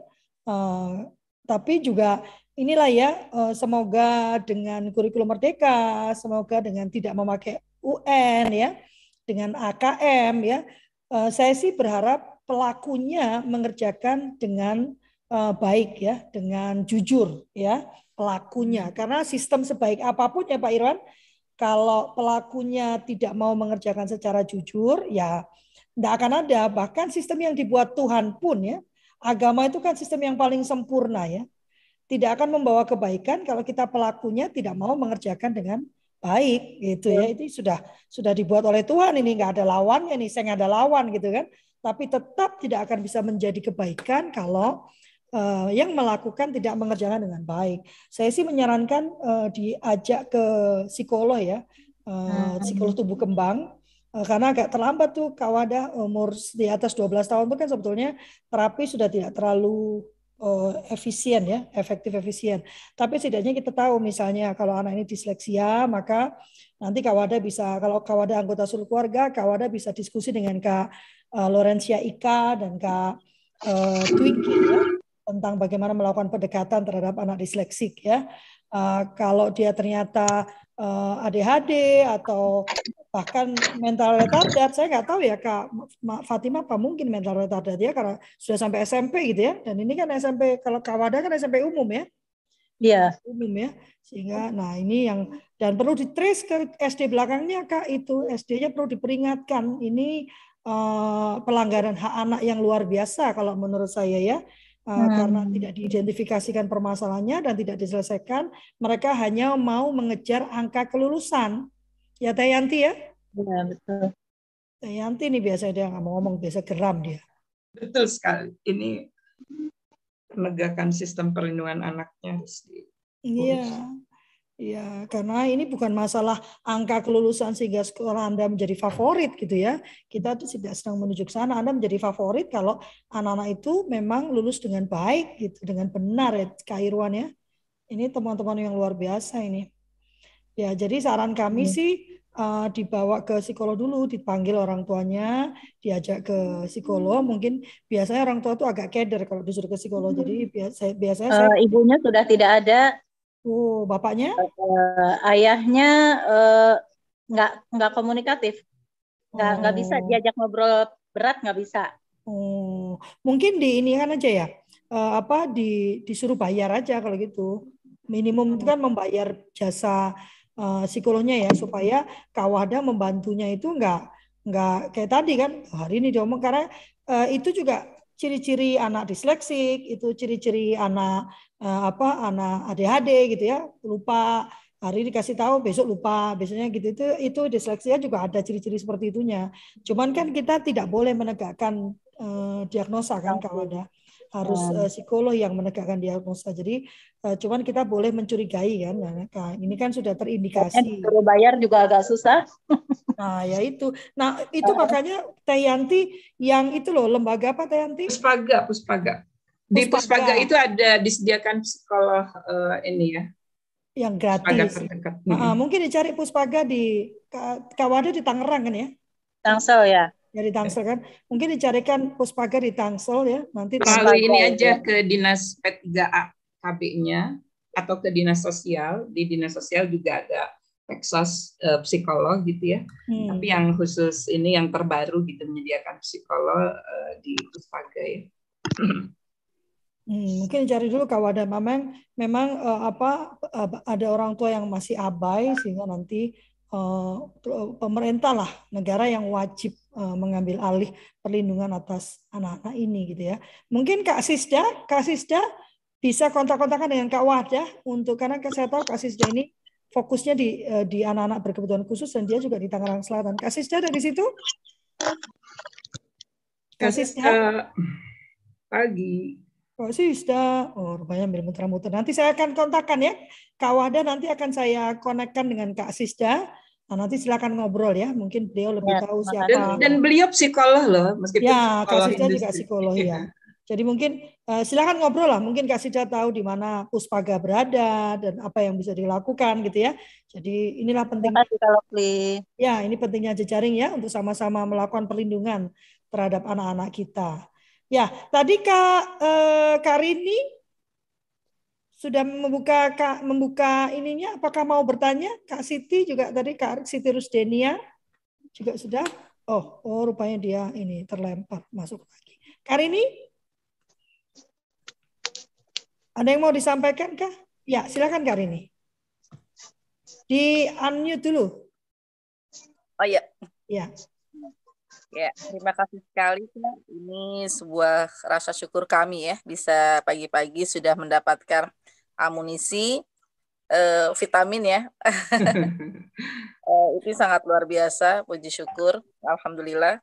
Uh, tapi juga inilah ya, uh, semoga dengan kurikulum merdeka, semoga dengan tidak memakai U N ya, dengan A K M ya, uh, saya sih berharap pelakunya mengerjakan dengan uh, baik ya, dengan jujur ya pelakunya. Karena sistem sebaik apapun ya Pak Irwan, kalau pelakunya tidak mau mengerjakan secara jujur, ya tidak akan ada. Bahkan sistem yang dibuat Tuhan pun ya, agama itu kan sistem yang paling sempurna ya, tidak akan membawa kebaikan kalau kita pelakunya tidak mau mengerjakan dengan baik gitu ya. Itu sudah sudah dibuat oleh Tuhan, ini nggak ada lawannya nih, saya nggak ada lawan gitu kan. Tapi tetap tidak akan bisa menjadi kebaikan kalau uh, yang melakukan tidak mengerjakan dengan baik. Saya sih menyarankan uh, diajak ke psikolog ya, uh, psikolog tubuh kembang, uh, karena agak terlambat tuh Kak Wada, umur di atas dua belas tahun itu kan sebetulnya terapi sudah tidak terlalu uh, efisien ya, efektif efisien. Tapi setidaknya kita tahu misalnya kalau anak ini disleksia, maka nanti Kak Wada bisa, kalau Kak Wada anggota seluruh keluarga, Kak Wada bisa diskusi dengan Kak Uh, Lorencia Ika dan Kak uh, Twinkie ya, tentang bagaimana melakukan pendekatan terhadap anak disleksik ya. Uh, kalau dia ternyata uh, A D H D atau bahkan mental retarded, saya nggak tahu ya Kak Fatima apa mungkin mental retarded ya, karena sudah sampai S M P gitu ya. Dan ini kan S M P, kalau Kak Wada kan S M P umum ya. Iya. Umum ya. Sehingga nah ini yang, dan perlu ditrace ke S D belakangnya Kak, itu S D-nya perlu diperingatkan. Ini Uh, pelanggaran hak anak yang luar biasa kalau menurut saya ya, uh, hmm. karena tidak diidentifikasikan permasalahannya dan tidak diselesaikan, mereka hanya mau mengejar angka kelulusan. Ya Teh Yanti ya? Iya betul. Teh Yanti ini biasa dia nggak mau ngomong, biasa geram dia. Betul sekali. Ini penegakan sistem perlindungan anaknya harus di. Iya. Ya, karena ini bukan masalah angka kelulusan sehingga sekolah Anda menjadi favorit gitu ya. Kita tuh tidak sedang menuju ke sana. Anda menjadi favorit kalau anak-anak itu memang lulus dengan baik gitu, dengan benar ya Kak Irwan ya. Ini teman-teman yang luar biasa ini. Ya, jadi saran kami hmm. sih uh, dibawa ke psikolog dulu, dipanggil orang tuanya, diajak ke psikolog. Mungkin biasanya orang tua tuh agak keder kalau disuruh ke psikolog. Jadi biasa, biasanya uh, saya ibunya sudah tidak ada. Oh, bapaknya? Uh, ayahnya uh, nggak nggak komunikatif, nggak oh. nggak bisa diajak ngobrol berat, nggak bisa. Oh, mungkin di ini kan aja ya, uh, apa di disuruh bayar aja kalau gitu. Minimum itu kan membayar jasa uh, psikolognya ya, supaya Kak Wada membantunya itu nggak nggak kayak tadi kan hari ini diomong, karena uh, itu juga ciri-ciri anak disleksik, itu ciri-ciri anak uh, apa anak A D H D gitu ya, lupa, hari ini dikasih tahu besok lupa, biasanya gitu. Itu itu disleksia juga ada ciri-ciri seperti itunya. Cuman kan kita tidak boleh menegakkan uh, diagnosa kan Kak Wada, harus uh, psikolog yang menegakkan diagnosa. Jadi uh, cuman kita boleh mencurigai kan. Nah, ini kan sudah terindikasi. Kalau bayar juga agak susah. Nah, ya itu. Nah, itu makanya Teh Yanti yang itu loh, lembaga apa Teh Yanti? Puspaga, Puspaga. Di Puspaga, Puspaga itu ada disediakan psikolog uh, ini ya. Yang gratis. Nah, mungkin dicari Puspaga di Kak Wada di Tangerang kan ya? Tangsel ya. Ya di Tangsel kan. Mungkin dicarikan Puspaga di Tangsel ya. Nanti melalui ini aja ke Dinas P tiga A K B-nya atau ke Dinas Sosial. Di Dinas Sosial juga ada Peksos uh, psikolog gitu ya, hmm. tapi yang khusus ini yang terbaru gitu menyediakan psikolog uh, di Puspaga ya. Hmm, mungkin cari dulu Kak Wada, memang memang uh, apa uh, ada orang tua yang masih abai sehingga nanti uh, pemerintah lah, negara yang wajib uh, mengambil alih perlindungan atas anak-anak ini gitu ya. Mungkin Kak Sisda, Kak Sisda bisa kontak-kontakan dengan Kak Wada untuk, karena saya tahu Kak Sisda ini fokusnya di di anak-anak berkebutuhan khusus dan dia juga di Tangerang Selatan. Kak Sisda ada di situ? Kak Sisda pagi. Kak Sisda, oh rupanya ambil muter-muter. Nanti saya akan kontakkan ya, Kak Wada nanti akan saya konekkan dengan Kak Sisda Nah, nanti silakan ngobrol ya, mungkin beliau lebih Ya, tahu terima siapa. Dan, kasih. dan beliau psikolog loh, meskipun Ya, Kak psikolog Sita juga industri. psikolog ya. Jadi mungkin uh, silakan ngobrol lah, mungkin Kak Sita tahu di mana Puspaga berada dan apa yang bisa dilakukan gitu ya. Jadi inilah Terima pentingnya, kasih Kak Lovely. ya ini pentingnya jejaring ya untuk sama-sama melakukan perlindungan terhadap anak-anak kita. Ya, tadi Kak uh, Kak Rini sudah membuka Kak, membuka ininya, apakah mau bertanya? Kak Siti juga tadi, Kak Siti Rusdenia juga sudah. Oh, oh rupanya dia ini terlempar masuk lagi. Kak Rini, ada yang mau disampaikan kah? Ya, silakan Kak Rini. Di unmute dulu. Oh iya. Ya. Ya, terima kasih sekali Kak. Ini sebuah rasa syukur kami ya bisa pagi-pagi sudah mendapatkan amunisi eh, vitamin ya. eh, itu sangat luar biasa, puji syukur, alhamdulillah.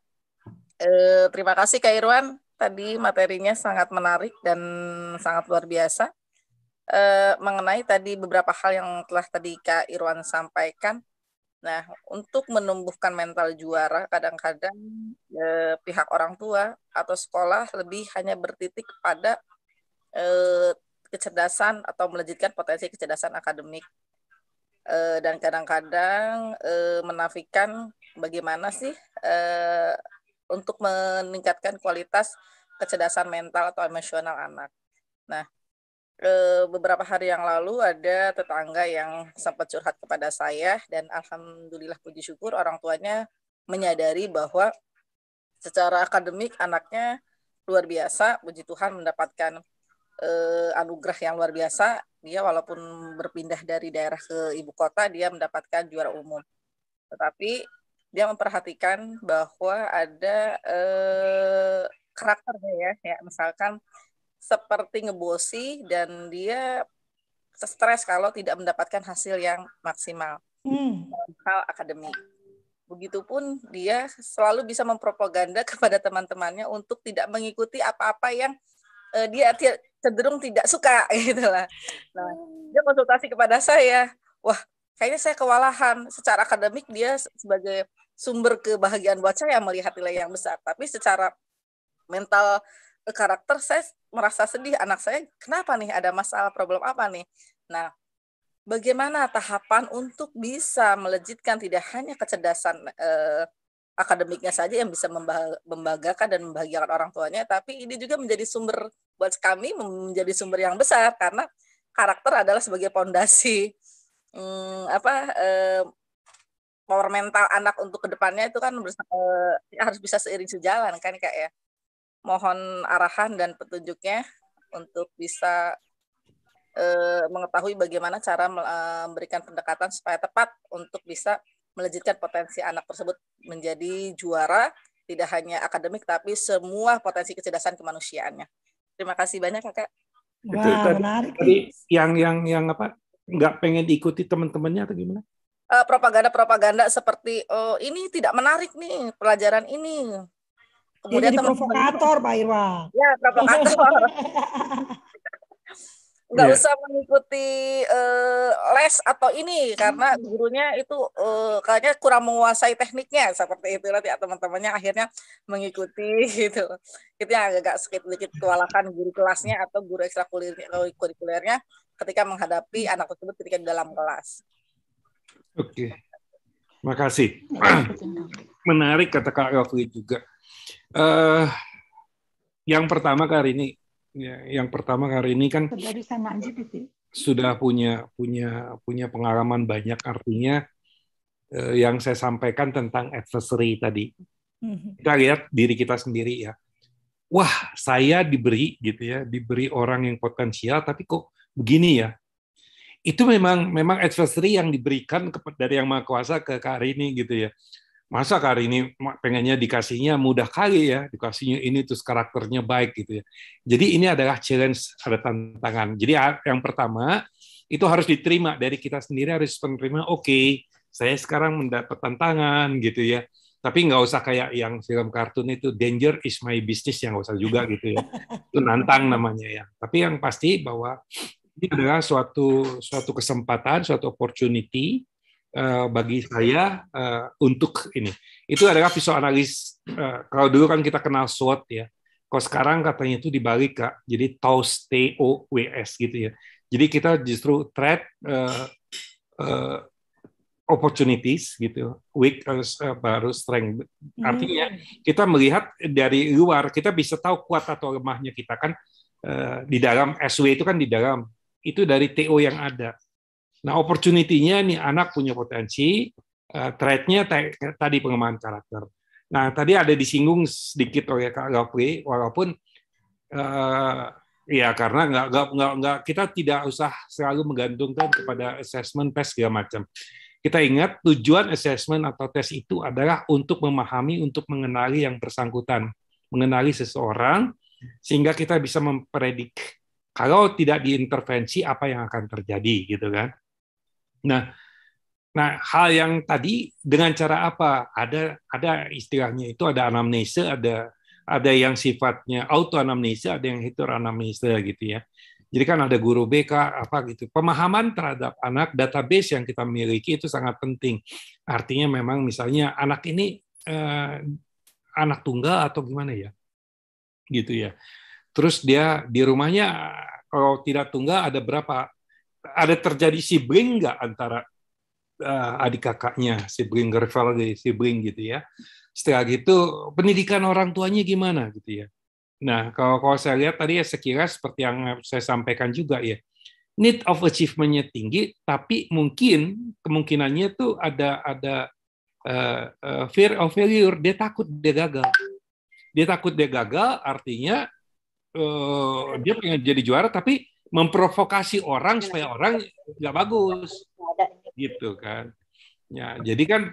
Eh, terima kasih Kak Irwan, tadi materinya sangat menarik dan sangat luar biasa. Eh, mengenai tadi beberapa hal yang telah tadi Kak Irwan sampaikan. Nah, untuk menumbuhkan mental juara, kadang-kadang eh, pihak orang tua atau sekolah lebih hanya bertitik pada eh, kecerdasan atau melejitkan potensi kecerdasan akademik. Eh, dan kadang-kadang eh, menafikan bagaimana sih eh, untuk meningkatkan kualitas kecerdasan mental atau emosional anak. Nah, beberapa hari yang lalu ada tetangga yang sempat curhat kepada saya dan alhamdulillah puji syukur orang tuanya menyadari bahwa secara akademik anaknya luar biasa, puji Tuhan mendapatkan eh, anugerah yang luar biasa. Dia walaupun berpindah dari daerah ke ibu kota, dia mendapatkan juara umum. Tetapi dia memperhatikan bahwa ada eh, karakternya ya, ya misalkan seperti ngebosi dan dia stres kalau tidak mendapatkan hasil yang maksimal Hmm. dalam hal akademik. Begitupun dia selalu bisa mempropaganda kepada teman-temannya untuk tidak mengikuti apa-apa yang uh, dia cenderung tidak suka gitu lah. Nah, dia konsultasi kepada saya, wah kayaknya saya kewalahan. Secara akademik dia sebagai sumber kebahagiaan buat saya melihat nilai yang besar, tapi secara mental karakter saya merasa sedih, anak saya kenapa nih, ada masalah, problem apa nih. Nah, bagaimana tahapan untuk bisa melejitkan tidak hanya kecerdasan eh, akademiknya saja yang bisa membanggakan dan membahagiakan orang tuanya, tapi ini juga menjadi sumber buat kami, menjadi sumber yang besar karena karakter adalah sebagai fondasi hmm, apa eh, power mental anak untuk kedepannya itu kan eh, harus bisa seiring sejalan kan Kak ya. Mohon arahan dan petunjuknya untuk bisa eh, mengetahui bagaimana cara memberikan pendekatan supaya tepat untuk bisa melejitkan potensi anak tersebut menjadi juara, tidak hanya akademik tapi semua potensi kecerdasan kemanusiaannya. Terima kasih banyak Kakak. Wah, itu tadi, menarik. Tadi yang yang yang apa? Nggak pengen diikuti teman-temannya atau gimana? Uh, propaganda-propaganda seperti oh ini tidak menarik nih pelajaran ini. Kemudian jadi provokator Pak Irwan. Ya, provokator. Nggak yeah. usah mengikuti uh, les atau ini karena gurunya itu uh, kayaknya kurang menguasai tekniknya seperti itu nanti ya, teman-temannya akhirnya mengikuti gitu. Itu yang agak sedikit kewalahan guru kelasnya atau guru ekstrakurikulernya ketika menghadapi anak tersebut ketika di dalam kelas. Oke, okay. Makasih. Menarik kata Kak Rafli juga. Uh, yang pertama kali ini, ya, yang pertama kali ini kan sudah punya punya punya pengalaman banyak, artinya uh, yang saya sampaikan tentang adversary tadi. Kita lihat diri kita sendiri ya. Wah, saya diberi gitu ya, diberi orang yang potensial, tapi kok begini ya? Itu memang memang adversary yang diberikan dari Yang Maha Kuasa ke Kak Rini gitu ya. Masa Kak Rini pengennya dikasihnya mudah kali ya, dikasihnya ini terus karakternya baik gitu ya. Jadi ini adalah challenge, ada tantangan. Jadi yang pertama itu harus diterima dari kita sendiri, harus menerima. Oke, okay, saya sekarang mendapat tantangan gitu ya. Tapi nggak usah kayak yang film kartun itu danger is my business, yang nggak usah juga gitu ya. Itu nantang namanya ya. Tapi yang pasti bahwa ini adalah suatu suatu kesempatan, suatu opportunity uh, bagi saya uh, untuk ini. Itu adalah visual analis. Uh, kalau dulu kan kita kenal SWOT ya. Kalau sekarang katanya itu dibalik, Kak. Jadi T O S, T O W S gitu ya. Jadi kita justru threat, uh, uh, opportunities gitu, weak uh, baru strength. Artinya kita melihat dari luar, kita bisa tahu kuat atau lemahnya kita kan uh, di dalam S W itu kan di dalam itu dari T O yang ada. Nah, opportunity-nya nih anak punya potensi, uh, threat-nya tadi pengembangan karakter. Nah, tadi ada disinggung sedikit oleh Kak Lovely, walaupun uh, ya karena nggak, nggak, nggak, nggak, kita tidak usah selalu menggantungkan kepada assessment, tes segala macam. Kita ingat tujuan assessment atau tes itu adalah untuk memahami, untuk mengenali yang bersangkutan, mengenali seseorang, sehingga kita bisa mempredik kalau tidak diintervensi apa yang akan terjadi, gitu kan? Nah. Nah, hal yang tadi dengan cara apa? Ada ada istilahnya itu ada anamnese, ada ada yang sifatnya auto anamnese, ada yang heteroanamnese gitu ya. Jadi kan ada guru B K apa gitu. Pemahaman terhadap anak, database yang kita miliki itu sangat penting. Artinya memang misalnya anak ini eh, anak tunggal atau gimana ya, gitu ya. Terus dia di rumahnya kalau tidak tunggal ada berapa? Ada terjadi sibling nggak antara Uh, adik kakaknya, sibling, rivalry, sibling gitu ya. Setelah gitu, pendidikan orang tuanya gimana gitu ya. Nah, kalau, kalau saya lihat tadi ya sekilas seperti yang saya sampaikan juga ya, need of achievement-nya tinggi, tapi mungkin kemungkinannya tuh ada ada uh, uh, fear of failure, dia takut dia gagal. Dia takut dia gagal, artinya uh, dia pengen jadi juara, tapi memprovokasi orang supaya orang nggak bagus. Gitu kan. Ya, jadi kan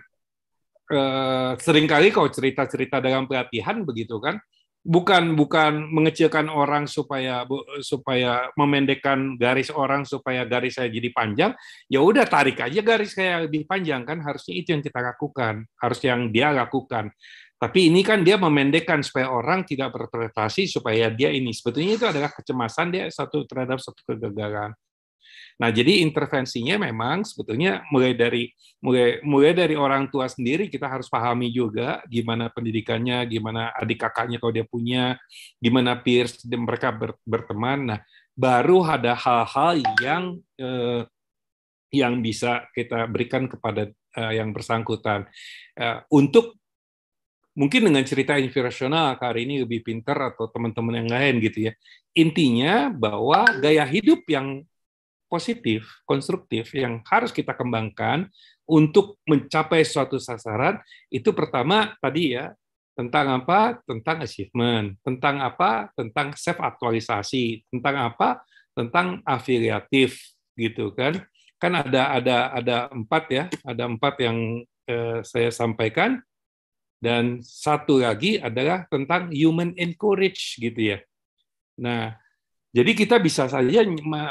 eh, seringkali kalau cerita-cerita dalam pelatihan begitu kan, bukan bukan mengecilkan orang supaya supaya memendekkan garis orang supaya garis saya jadi panjang, ya udah tarik aja garis saya lebih panjang kan, harusnya itu yang kita lakukan, harus yang dia lakukan. Tapi ini kan dia memendekkan supaya orang tidak berprestasi supaya dia ini sebetulnya itu adalah kecemasan dia satu terhadap satu kegagalan. Nah, jadi intervensinya memang sebetulnya mulai dari mulai mulai dari orang tua sendiri kita harus pahami juga gimana pendidikannya, gimana adik kakaknya kalau dia punya, gimana peers mereka ber, berteman. Nah, baru ada hal-hal yang eh, yang bisa kita berikan kepada eh, yang bersangkutan eh, untuk mungkin dengan cerita inspirasional hari ini lebih pintar atau teman-teman yang lain gitu ya. Intinya bahwa gaya hidup yang positif, konstruktif yang harus kita kembangkan untuk mencapai suatu sasaran itu pertama tadi ya tentang apa? Tentang achievement, tentang apa? Tentang self aktualisasi, tentang apa? Tentang afiliatif gitu kan? Kan ada ada ada empat ya, ada empat yang eh, saya sampaikan dan satu lagi adalah tentang human encourage gitu ya. Nah. Jadi kita bisa saja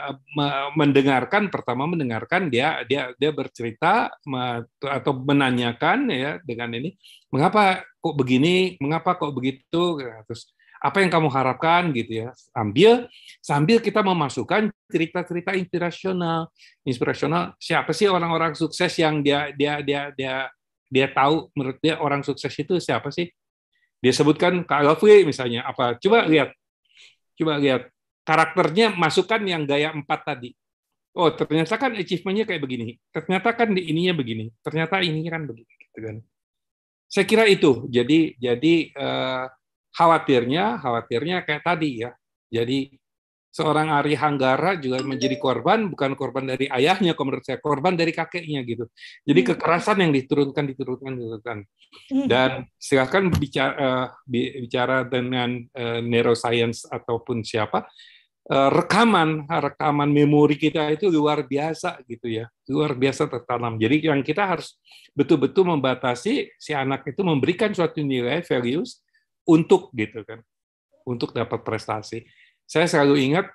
mendengarkan pertama mendengarkan dia dia dia bercerita atau menanyakan ya dengan ini mengapa kok begini mengapa kok begitu terus apa yang kamu harapkan gitu ya sambil sambil kita memasukkan cerita-cerita inspirasional inspirasional siapa sih orang-orang sukses yang dia dia dia dia dia tahu menurut dia orang sukses itu siapa sih dia sebutkan Kak Lovely misalnya apa coba lihat coba lihat karakternya masukkan yang gaya empat tadi. Oh, ternyata kan achievement-nya kayak begini. Ternyata kan di ininya begini. Ternyata ininya kan begini. Gitu kan. Saya kira itu. Jadi jadi eh, khawatirnya, khawatirnya kayak tadi ya. Jadi seorang Ari Hanggara juga menjadi korban, bukan korban dari ayahnya, menurut saya, korban dari kakeknya gitu. Jadi kekerasan yang diturunkan, diturunkan, diturunkan. Dan silakan bicara, bicara dengan neuroscience ataupun siapa, rekaman, rekaman memori kita itu luar biasa gitu ya, luar biasa tertanam. Jadi yang kita harus betul-betul membatasi si anak itu memberikan suatu nilai values untuk gitu kan, untuk dapat prestasi. Saya selalu ingat,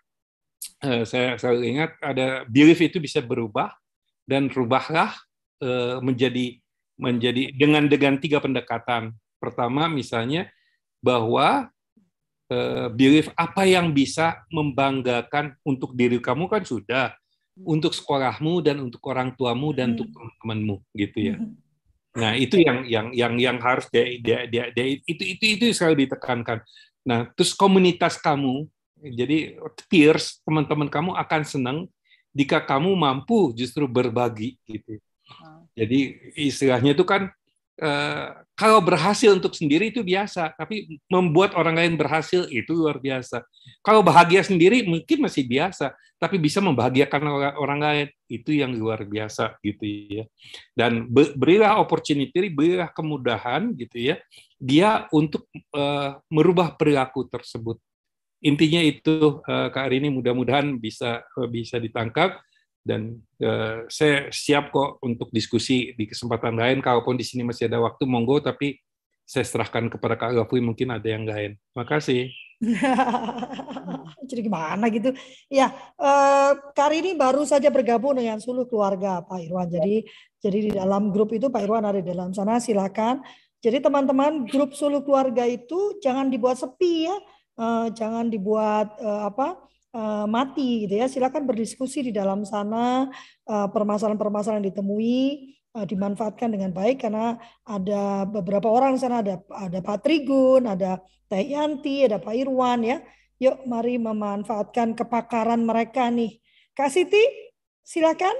saya selalu ingat ada belief itu bisa berubah dan rubahlah menjadi menjadi dengan dengan tiga pendekatan. Pertama misalnya bahwa belief apa yang bisa membanggakan untuk diri kamu kan sudah, untuk sekolahmu dan untuk orang tuamu dan untuk teman-temanmu gitu ya. Nah, itu yang yang yang yang harus dia, dia, dia, dia itu itu itu selalu ditekankan. Nah, terus komunitas kamu, jadi peers, teman-teman kamu akan senang jika kamu mampu justru berbagi gitu. Jadi istilahnya itu kan eh, kalau berhasil untuk sendiri itu biasa, tapi membuat orang lain berhasil itu luar biasa. Kalau bahagia sendiri mungkin masih biasa, tapi bisa membahagiakan orang lain itu yang luar biasa gitu ya. Dan berilah opportunity, berilah kemudahan gitu ya, dia untuk uh, merubah perilaku tersebut. Intinya itu uh, Kak Arini, mudah-mudahan bisa uh, bisa ditangkap. Dan uh, saya siap kok untuk diskusi di kesempatan lain. Kalaupun di sini masih ada waktu, monggo. Tapi saya serahkan kepada Kak Gafui, mungkin ada yang lain. Terima kasih. Jadi gimana gitu? Ya, uh, Kak Arini baru saja bergabung dengan Suluh Keluarga, Pak Irwan. Jadi, jadi di dalam grup itu Pak Irwan ada di dalam sana. Silakan. Jadi teman-teman, grup Suluh Keluarga itu jangan dibuat sepi ya, uh, jangan dibuat uh, apa? Uh, mati gitu ya. Silakan berdiskusi di dalam sana, uh, permasalahan-permasalahan yang ditemui uh, dimanfaatkan dengan baik karena ada beberapa orang di sana, ada ada Pak Trigun, ada Teh Yanti, ada Pak Irwan ya. Yuk mari memanfaatkan kepakaran mereka nih. Kak Siti, silakan.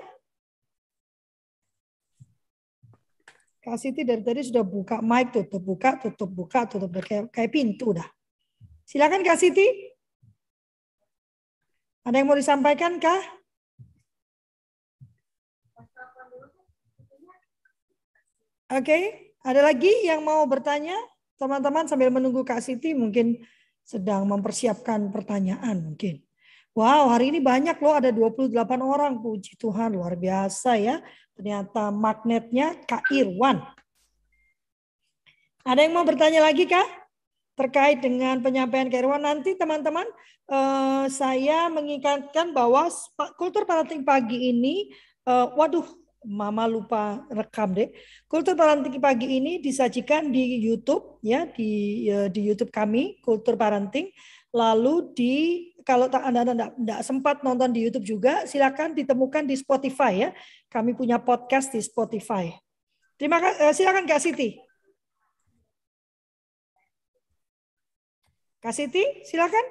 Kak Siti dari tadi sudah buka mic, tutup buka, tutup buka, tutup kayak kayak pintu dah. Silakan Kak Siti. Ada yang mau disampaikan, Kak? Oke, okay. Ada lagi yang mau bertanya? Teman-teman sambil menunggu Kak Siti mungkin sedang mempersiapkan pertanyaan mungkin. Wow, hari ini banyak loh, ada dua puluh delapan orang. Puji Tuhan, luar biasa ya. Ternyata magnetnya Kak Irwan. Ada yang mau bertanya lagi, Kak? Terkait dengan penyampaian Kak Irwan, nanti teman-teman eh, saya mengingatkan bahwa Kultur Parenting Pagi ini, eh, waduh, Mama lupa rekam deh. Kultur Parenting Pagi ini disajikan di YouTube ya, di di YouTube kami Kultur Parenting. Lalu di kalau Anda tidak sempat nonton di YouTube juga, silakan ditemukan di Spotify ya. Kami punya podcast di Spotify. Terima kasih. Silakan Kak Siti. Kak Siti, silakan.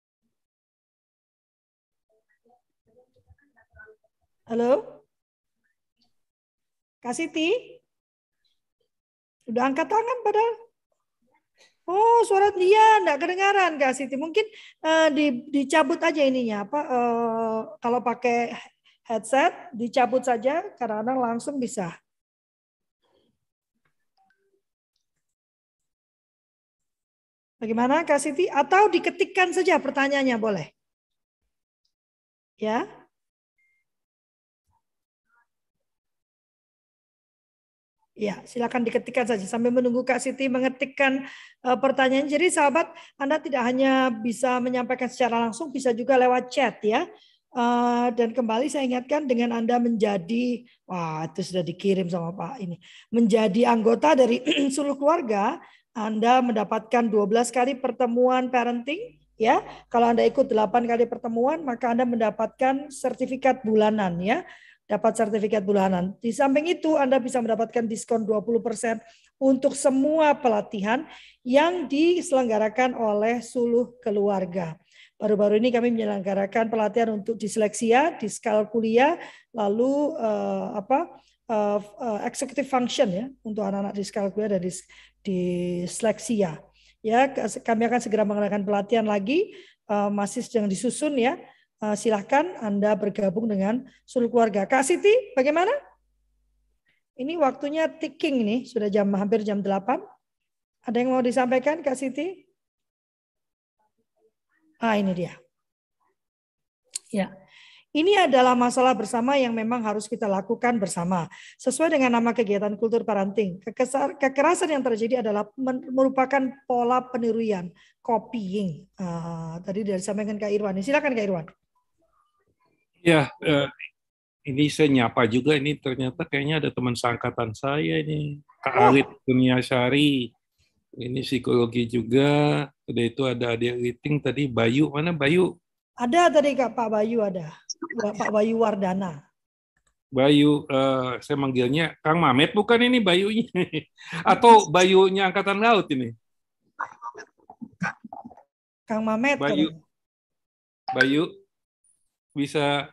Halo? Kak Siti? Udah angkat tangan padahal. Oh, suara dia enggak kedengaran Kak Siti. Mungkin uh, di, dicabut aja ininya. Apa, uh, kalau pakai headset, dicabut saja karena langsung bisa. Bagaimana Kak Siti? Atau diketikkan saja pertanyaannya boleh? Ya. Ya, silakan diketikkan saja sambil menunggu Kak Siti mengetikkan uh, pertanyaan. Jadi sahabat, Anda tidak hanya bisa menyampaikan secara langsung, bisa juga lewat chat ya. Uh, dan kembali saya ingatkan dengan Anda menjadi, wah itu sudah dikirim sama Pak ini, menjadi anggota dari Suluh Keluarga, Anda mendapatkan dua belas kali pertemuan parenting ya. Kalau Anda ikut delapan kali pertemuan, maka Anda mendapatkan sertifikat bulanan ya. Dapat sertifikat bulanan. Di samping itu Anda bisa mendapatkan diskon dua puluh persen untuk semua pelatihan yang diselenggarakan oleh Suluh Keluarga. Baru-baru ini kami menyelenggarakan pelatihan untuk disleksia, diskalkulia, lalu uh, apa uh, uh, executive function ya untuk anak-anak diskalkulia dan dis, disleksia. Ya, kami akan segera mengadakan pelatihan lagi, uh, masih sedang disusun ya. Uh, silahkan Anda bergabung dengan Suluh Keluarga. Kak Siti, bagaimana? Ini waktunya ticking ini, sudah jam hampir jam delapan. Ada yang mau disampaikan Kak Siti? Ah, ini dia. Ya. Ini adalah masalah bersama yang memang harus kita lakukan bersama. Sesuai dengan nama kegiatan Kultur Parenting, kekerasan yang terjadi adalah merupakan pola peniruan, copying. Uh, tadi dari disampaikan Kak Irwan. Silakan Kak Irwan. Ya, eh, ini saya nyapa juga. Ini ternyata kayaknya ada teman seangkatan saya ini, Kak oh. Alit Kurniasari. Ini psikologi juga. Ada itu ada adik Liting tadi, Bayu. Mana Bayu? Ada tadi Kak Pak Bayu ada. Pak Bayu Wardana. Bayu, uh, saya manggilnya Kang Mamet, bukan ini Bayunya? Atau Bayunya Angkatan Laut ini? Kang Mamet. Bayu, kan? Bayu, bisa...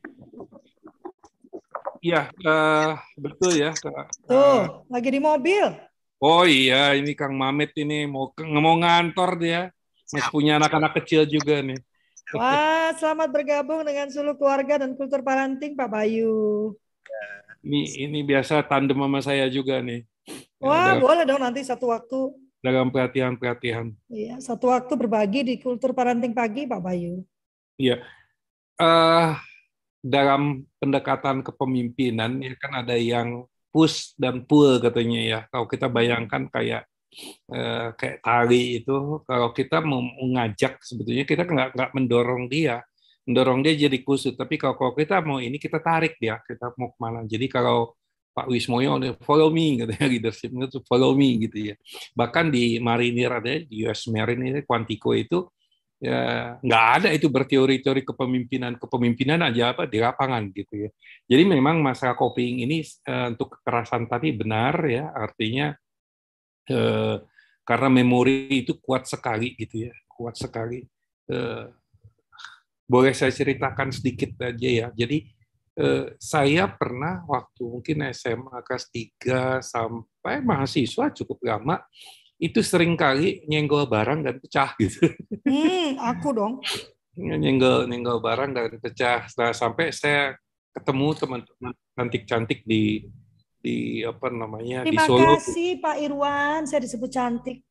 Iya, uh, betul ya. Tuh, uh, lagi di mobil. Oh iya, ini Kang Mamet ini mau mau ngantor dia. Masih punya anak-anak kecil juga nih. Wah, selamat bergabung dengan Suluh Keluarga dan Kultur Parenting, Pak Bayu. Ini ini biasa tandem sama saya juga nih. Wah, dalam, boleh dong nanti satu waktu. Dalam pelatihan-pelatihan. Iya, satu waktu berbagi di Kultur Parenting Pagi, Pak Bayu. Iya. Uh, dalam pendekatan kepemimpinan ya kan ada yang push dan pull katanya ya. Kalau kita bayangkan kayak Uh, kayak tali itu, kalau kita mau mengajak sebetulnya kita nggak nggak mendorong dia, mendorong dia jadi kusut. Tapi kalau, kalau kita mau ini kita tarik dia, kita mau kemana. Jadi kalau Pak Wismoyo follow me, katanya leadership itu follow me gitu ya. Bahkan di Marinir ada di U S Marine ini Quantico itu ya nggak ada itu berteori-teori kepemimpinan kepemimpinan aja apa di lapangan gitu ya. Jadi memang masalah copying ini uh, untuk kekerasan tadi benar ya, artinya Eh, karena memori itu kuat sekali gitu ya, kuat sekali. Eh, boleh saya ceritakan sedikit aja ya. Jadi eh, saya pernah waktu mungkin S M A kelas tiga sampai mahasiswa cukup lama itu sering kali nyenggol barang dan pecah gitu. Hmm, aku dong. nyenggol nyenggol barang dan pecah. Nah, sampai saya ketemu teman-teman cantik-cantik di di apa namanya Terima di Solo. Terima kasih Pak Irwan, saya disebut cantik.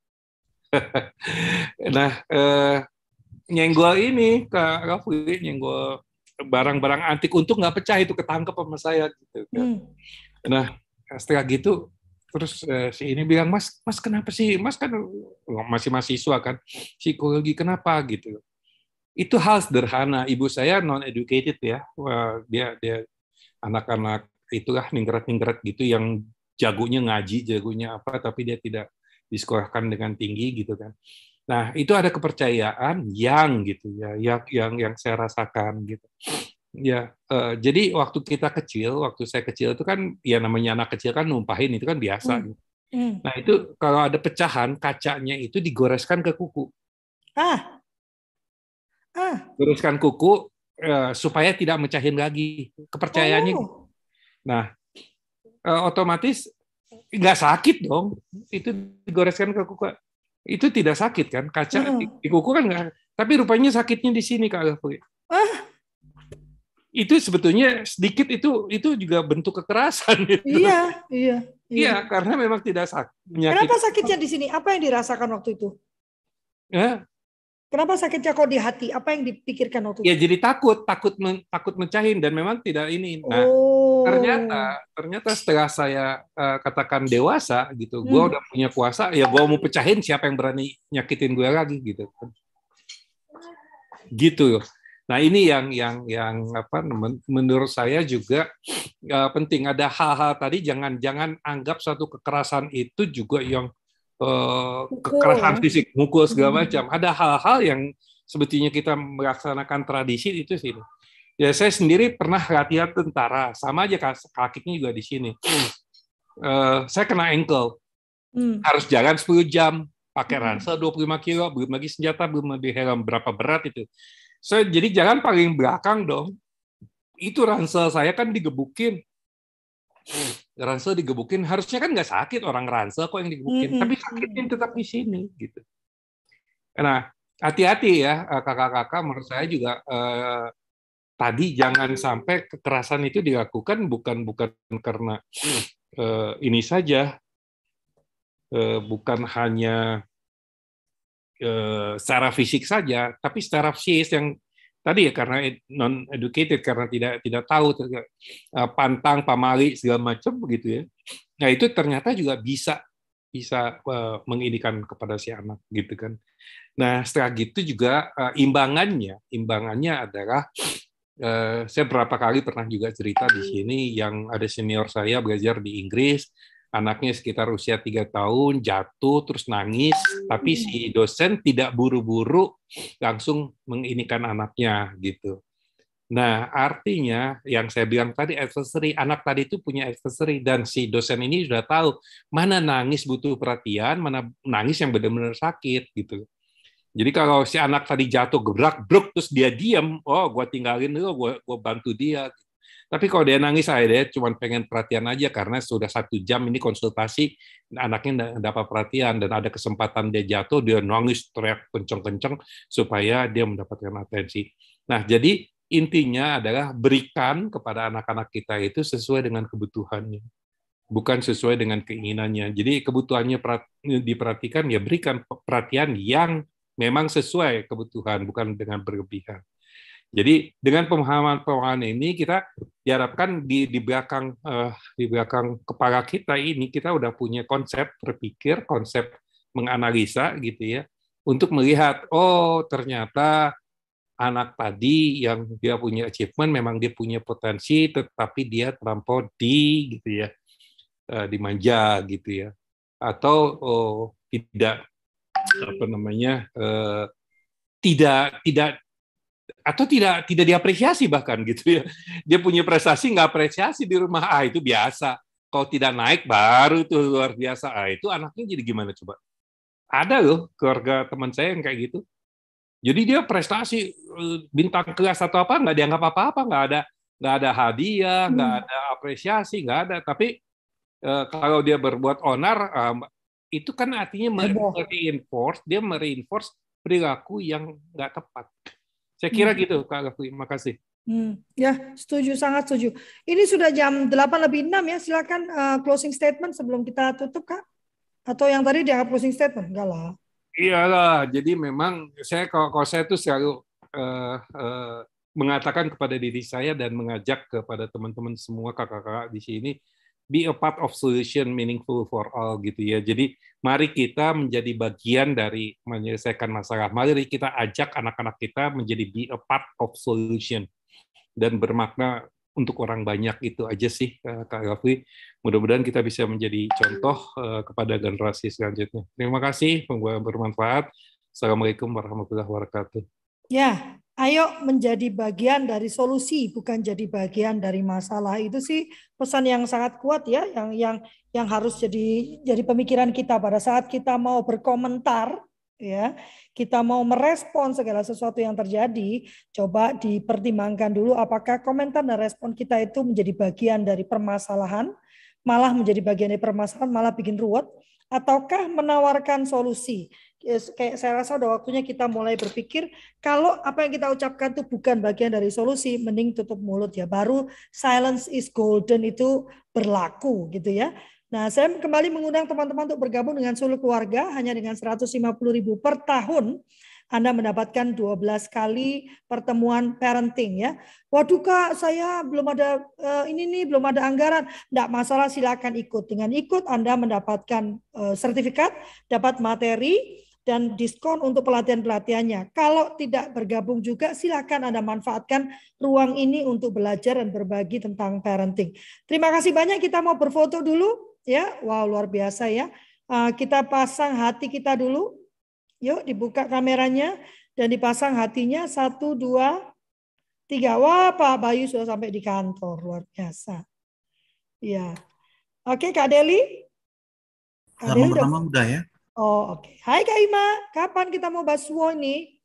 Nah, eh, nyenggol ini Kak Raffi, nyenggol barang-barang antik untuk nggak pecah itu ketangkep sama saya gitu. Hmm. Nah, setelah gitu terus eh, si ini bilang, Mas, Mas kenapa sih? Mas kan masih mahasiswa kan, psikologi kenapa gitu. Itu hal sederhana. Ibu saya non educated ya, wah, dia dia anak-anak itulah ningrat-ningrat gitu yang jagonya ngaji, jagonya apa, tapi dia tidak disekolahkan dengan tinggi gitu kan. Nah itu ada kepercayaan yang gitu ya, yang yang yang saya rasakan gitu. Ya, uh, jadi waktu kita kecil, waktu saya kecil itu kan, ya namanya anak kecil kan numpahin itu kan biasa. Hmm. Gitu. Hmm. Nah itu kalau ada pecahan kacanya itu digoreskan ke kuku. Ah, ah. Goreskan kuku uh, supaya tidak mecahin lagi. Kepercayaannya. Oh. Nah, otomatis nggak sakit dong. Itu digoreskan ke kuku. Itu tidak sakit kan? Kaca uh. di, di kuku kan nggak. Tapi rupanya sakitnya di sini Kak Alfi. Ah. Itu sebetulnya sedikit itu itu juga bentuk kekerasan. Gitu. Iya, iya, iya. Iya, karena memang tidak sakit. Kenapa sakitnya di sini? Apa yang dirasakan waktu itu? Ya. Kenapa sakitnya kok di hati? Apa yang dipikirkan waktu itu? Ya jadi takut, takut men, takut mecahin dan memang tidak ini. Nah, oh. ternyata ternyata setelah saya uh, katakan dewasa gitu, hmm. gue udah punya kuasa, ya gue mau pecahin, siapa yang berani nyakitin gue lagi gitu. Gitu. Nah, ini yang yang yang apa menurut saya juga uh, penting. Ada hal-hal tadi, jangan jangan anggap satu kekerasan itu juga yang Uh, kekerasan fisik, mukul segala macam. Ada hal-hal yang sebetulnya kita melaksanakan tradisi itu sih. Ya saya sendiri pernah latihan tentara, sama aja kakinya juga di sini. Uh, saya kena ankle, hmm. harus jalan sepuluh jam, pakai ransel dua puluh lima kilo, belum lagi senjata, belum lagi helm, berapa berat itu. Saya so, jadi jalan paling belakang dong. Itu ransel saya kan digebukin. Ransel digebukin, harusnya kan nggak sakit orang ransel kok yang digebukin, mm-hmm. tapi sakitnya tetap di sini gitu. Nah, hati-hati ya kakak-kakak, menurut saya juga eh, tadi jangan sampai kekerasan itu dilakukan bukan bukan karena eh, ini saja, eh, bukan hanya eh, secara fisik saja, tapi secara psikis yang tadi ya karena non educated, karena tidak tidak tahu uh, pantang, pamali segala macam begitu ya. Nah itu ternyata juga bisa bisa uh, menginikan kepada si anak gitu kan. Nah setelah gitu juga uh, imbangannya imbangannya adalah uh, saya berapa kali pernah juga cerita di sini yang ada senior saya belajar di Inggris. Anaknya sekitar usia tiga tahun, jatuh, terus nangis, tapi si dosen tidak buru-buru langsung menginikan anaknya, gitu. Nah, artinya yang saya bilang tadi adversary, anak tadi itu punya adversary dan si dosen ini sudah tahu mana nangis butuh perhatian, mana nangis yang benar-benar sakit gitu. Jadi kalau si anak tadi jatuh gebrak bruk terus dia diam, oh gue tinggalin dulu, gue gue bantu dia. Tapi kalau dia nangis, saya dia cuma pengen perhatian aja karena sudah satu jam ini konsultasi, anaknya nggak dapat perhatian dan ada kesempatan dia jatuh, dia nangis teriak kenceng-kenceng supaya dia mendapatkan atensi. Nah, jadi intinya adalah berikan kepada anak-anak kita itu sesuai dengan kebutuhannya, bukan sesuai dengan keinginannya. Jadi kebutuhannya diperhatikan, ya berikan perhatian yang memang sesuai kebutuhan, bukan dengan berlebihan. Jadi dengan pemahaman-pemahaman ini kita diharapkan di di belakang uh, di belakang kepala kita ini kita udah punya konsep berpikir, konsep menganalisa gitu ya, untuk melihat oh ternyata anak tadi yang dia punya achievement memang dia punya potensi, tetapi dia terlampau di gitu ya, uh, dimanja gitu ya, atau oh, tidak apa namanya uh, tidak tidak atau tidak tidak diapresiasi bahkan gitu ya. Dia punya prestasi nggak apresiasi di rumah, ah itu biasa. Kalau tidak naik baru itu luar biasa. Ah itu anaknya jadi gimana coba? Ada loh keluarga teman saya yang kayak gitu. Jadi dia prestasi bintang kelas atau apa nggak dianggap apa-apa, nggak ada nggak ada hadiah, nggak hmm. ada apresiasi, nggak ada. Tapi eh, kalau dia berbuat onar, eh, itu kan artinya mereinforce, dia mereinforce perilaku yang nggak tepat. Saya kira hmm. gitu, Kak Gafri. Makasih. Hmm. Ya, setuju, sangat setuju. Ini sudah jam delapan lebih enam ya. Silakan uh, closing statement sebelum kita tutup, Kak. Atau yang tadi dianggap closing statement? Enggak lah. Iyalah, jadi memang saya kalau, kalau saya tuh selalu uh, uh, mengatakan kepada diri saya dan mengajak kepada teman-teman semua kakak-kakak di sini, be a part of solution meaningful for all gitu ya. Jadi mari kita menjadi bagian dari menyelesaikan masalah. Mari kita ajak anak-anak kita menjadi be a part of solution dan bermakna untuk orang banyak. Itu aja sih Kak Gafri. Mudah-mudahan kita bisa menjadi contoh kepada generasi selanjutnya. Terima kasih, semoga bermanfaat. Assalamualaikum warahmatullahi wabarakatuh. Ya, ayo menjadi bagian dari solusi, bukan jadi bagian dari masalah. Itu sih pesan yang sangat kuat ya, yang yang yang harus jadi jadi pemikiran kita pada saat kita mau berkomentar, ya, kita mau merespon segala sesuatu yang terjadi. Coba dipertimbangkan dulu apakah komentar dan respon kita itu menjadi bagian dari permasalahan, malah menjadi bagian dari permasalahan, malah bikin ruwet, ataukah menawarkan solusi. Kayak saya rasa udah waktunya kita mulai berpikir kalau apa yang kita ucapkan itu bukan bagian dari solusi, mending tutup mulut ya. Baru silence is golden itu berlaku gitu ya. Nah, saya kembali mengundang teman-teman untuk bergabung dengan Suluh Keluarga hanya dengan seratus lima puluh ribu per tahun. Anda mendapatkan dua belas kali pertemuan parenting ya. Waduh Kak, saya belum ada uh, ini nih, belum ada anggaran. Enggak masalah, silakan ikut. Dengan ikut Anda mendapatkan uh, sertifikat, dapat materi dan diskon untuk pelatihan-pelatihannya. Kalau tidak bergabung juga, silakan Anda manfaatkan ruang ini untuk belajar dan berbagi tentang parenting. Terima kasih banyak. Kita mau berfoto dulu, ya. Wow, luar biasa ya. Uh, kita pasang hati kita dulu. Yuk, dibuka kameranya dan dipasang hatinya. Satu, dua, tiga. Wah, Pak Bayu sudah sampai di kantor, luar biasa. Ya, oke, Kak Deli. Kak Deli pertama udah ya. Oh, oke. Okay. Hai Kak Ima, kapan kita mau bahas S W O ini?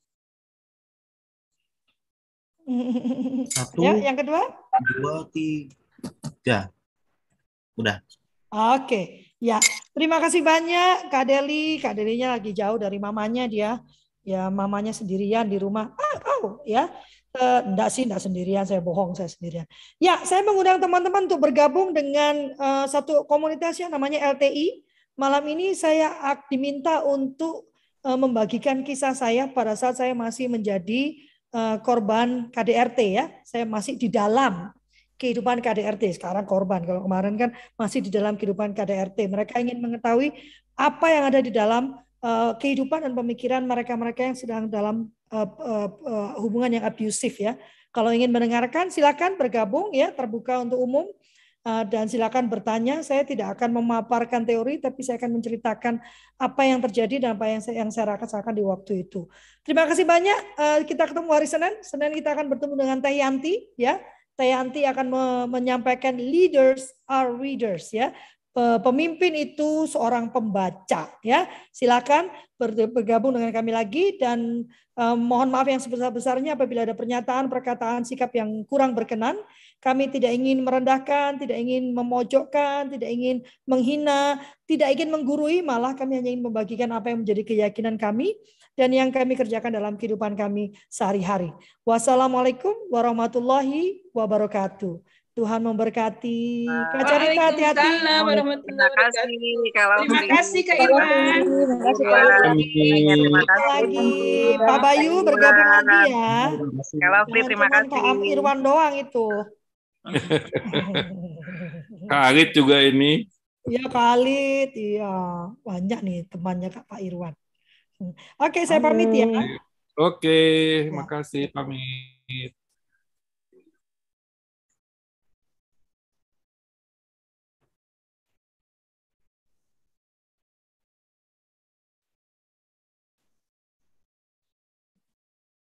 Satu. Ya, yang kedua? Dua, tiga. Udah. Oke. Okay. Ya, terima kasih banyak Kak Deli. Kak Delinya lagi jauh dari mamanya dia. Ya, mamanya sendirian di rumah. Ah, oh, ya. Uh, enggak sih, enggak sendirian. Saya bohong, saya sendirian. Ya, saya mengundang teman-teman untuk bergabung dengan uh, satu komunitas yang namanya L T I. Malam ini saya diminta untuk uh, membagikan kisah saya pada saat saya masih menjadi uh, korban K D R T ya. Saya masih di dalam kehidupan K D R T, sekarang korban. Kalau kemarin kan masih di dalam kehidupan K D R T. Mereka ingin mengetahui apa yang ada di dalam uh, kehidupan dan pemikiran mereka-mereka yang sedang dalam uh, uh, uh, hubungan yang abusif ya. Kalau ingin mendengarkan silakan bergabung ya, terbuka untuk umum. Uh, dan silakan bertanya. Saya tidak akan memaparkan teori, tapi saya akan menceritakan apa yang terjadi dan apa yang saya, yang saya rasakan di waktu itu. Terima kasih banyak. Uh, kita ketemu hari Senin. Senin kita akan bertemu dengan Teh Yanti, ya. Teh Yanti akan me menyampaikan leaders are readers, ya. Pemimpin itu seorang pembaca, ya. Silakan bergabung dengan kami lagi dan eh, mohon maaf yang sebesar-besarnya apabila ada pernyataan, perkataan, sikap yang kurang berkenan. Kami tidak ingin merendahkan, tidak ingin memojokkan, tidak ingin menghina, tidak ingin menggurui, malah kami hanya ingin membagikan apa yang menjadi keyakinan kami dan yang kami kerjakan dalam kehidupan kami sehari-hari. Wassalamualaikum warahmatullahi wabarakatuh. Tuhan memberkati. Kak Carita, hati-hati. Terima kasih. Kalau Terima kasih Kak Irwan. Terima kasih Pak Irwan. Terima kasih lagi. Pak Bayu bergabung lagi ya. Kalau Fri, terima kasih. Pak Irwan doang itu. Kak Alit juga ini. Iya Kak Alit, iya. Banyak nih temannya Kak Pak Irwan. Oke, saya pamit ya. Oke, makasih pamit.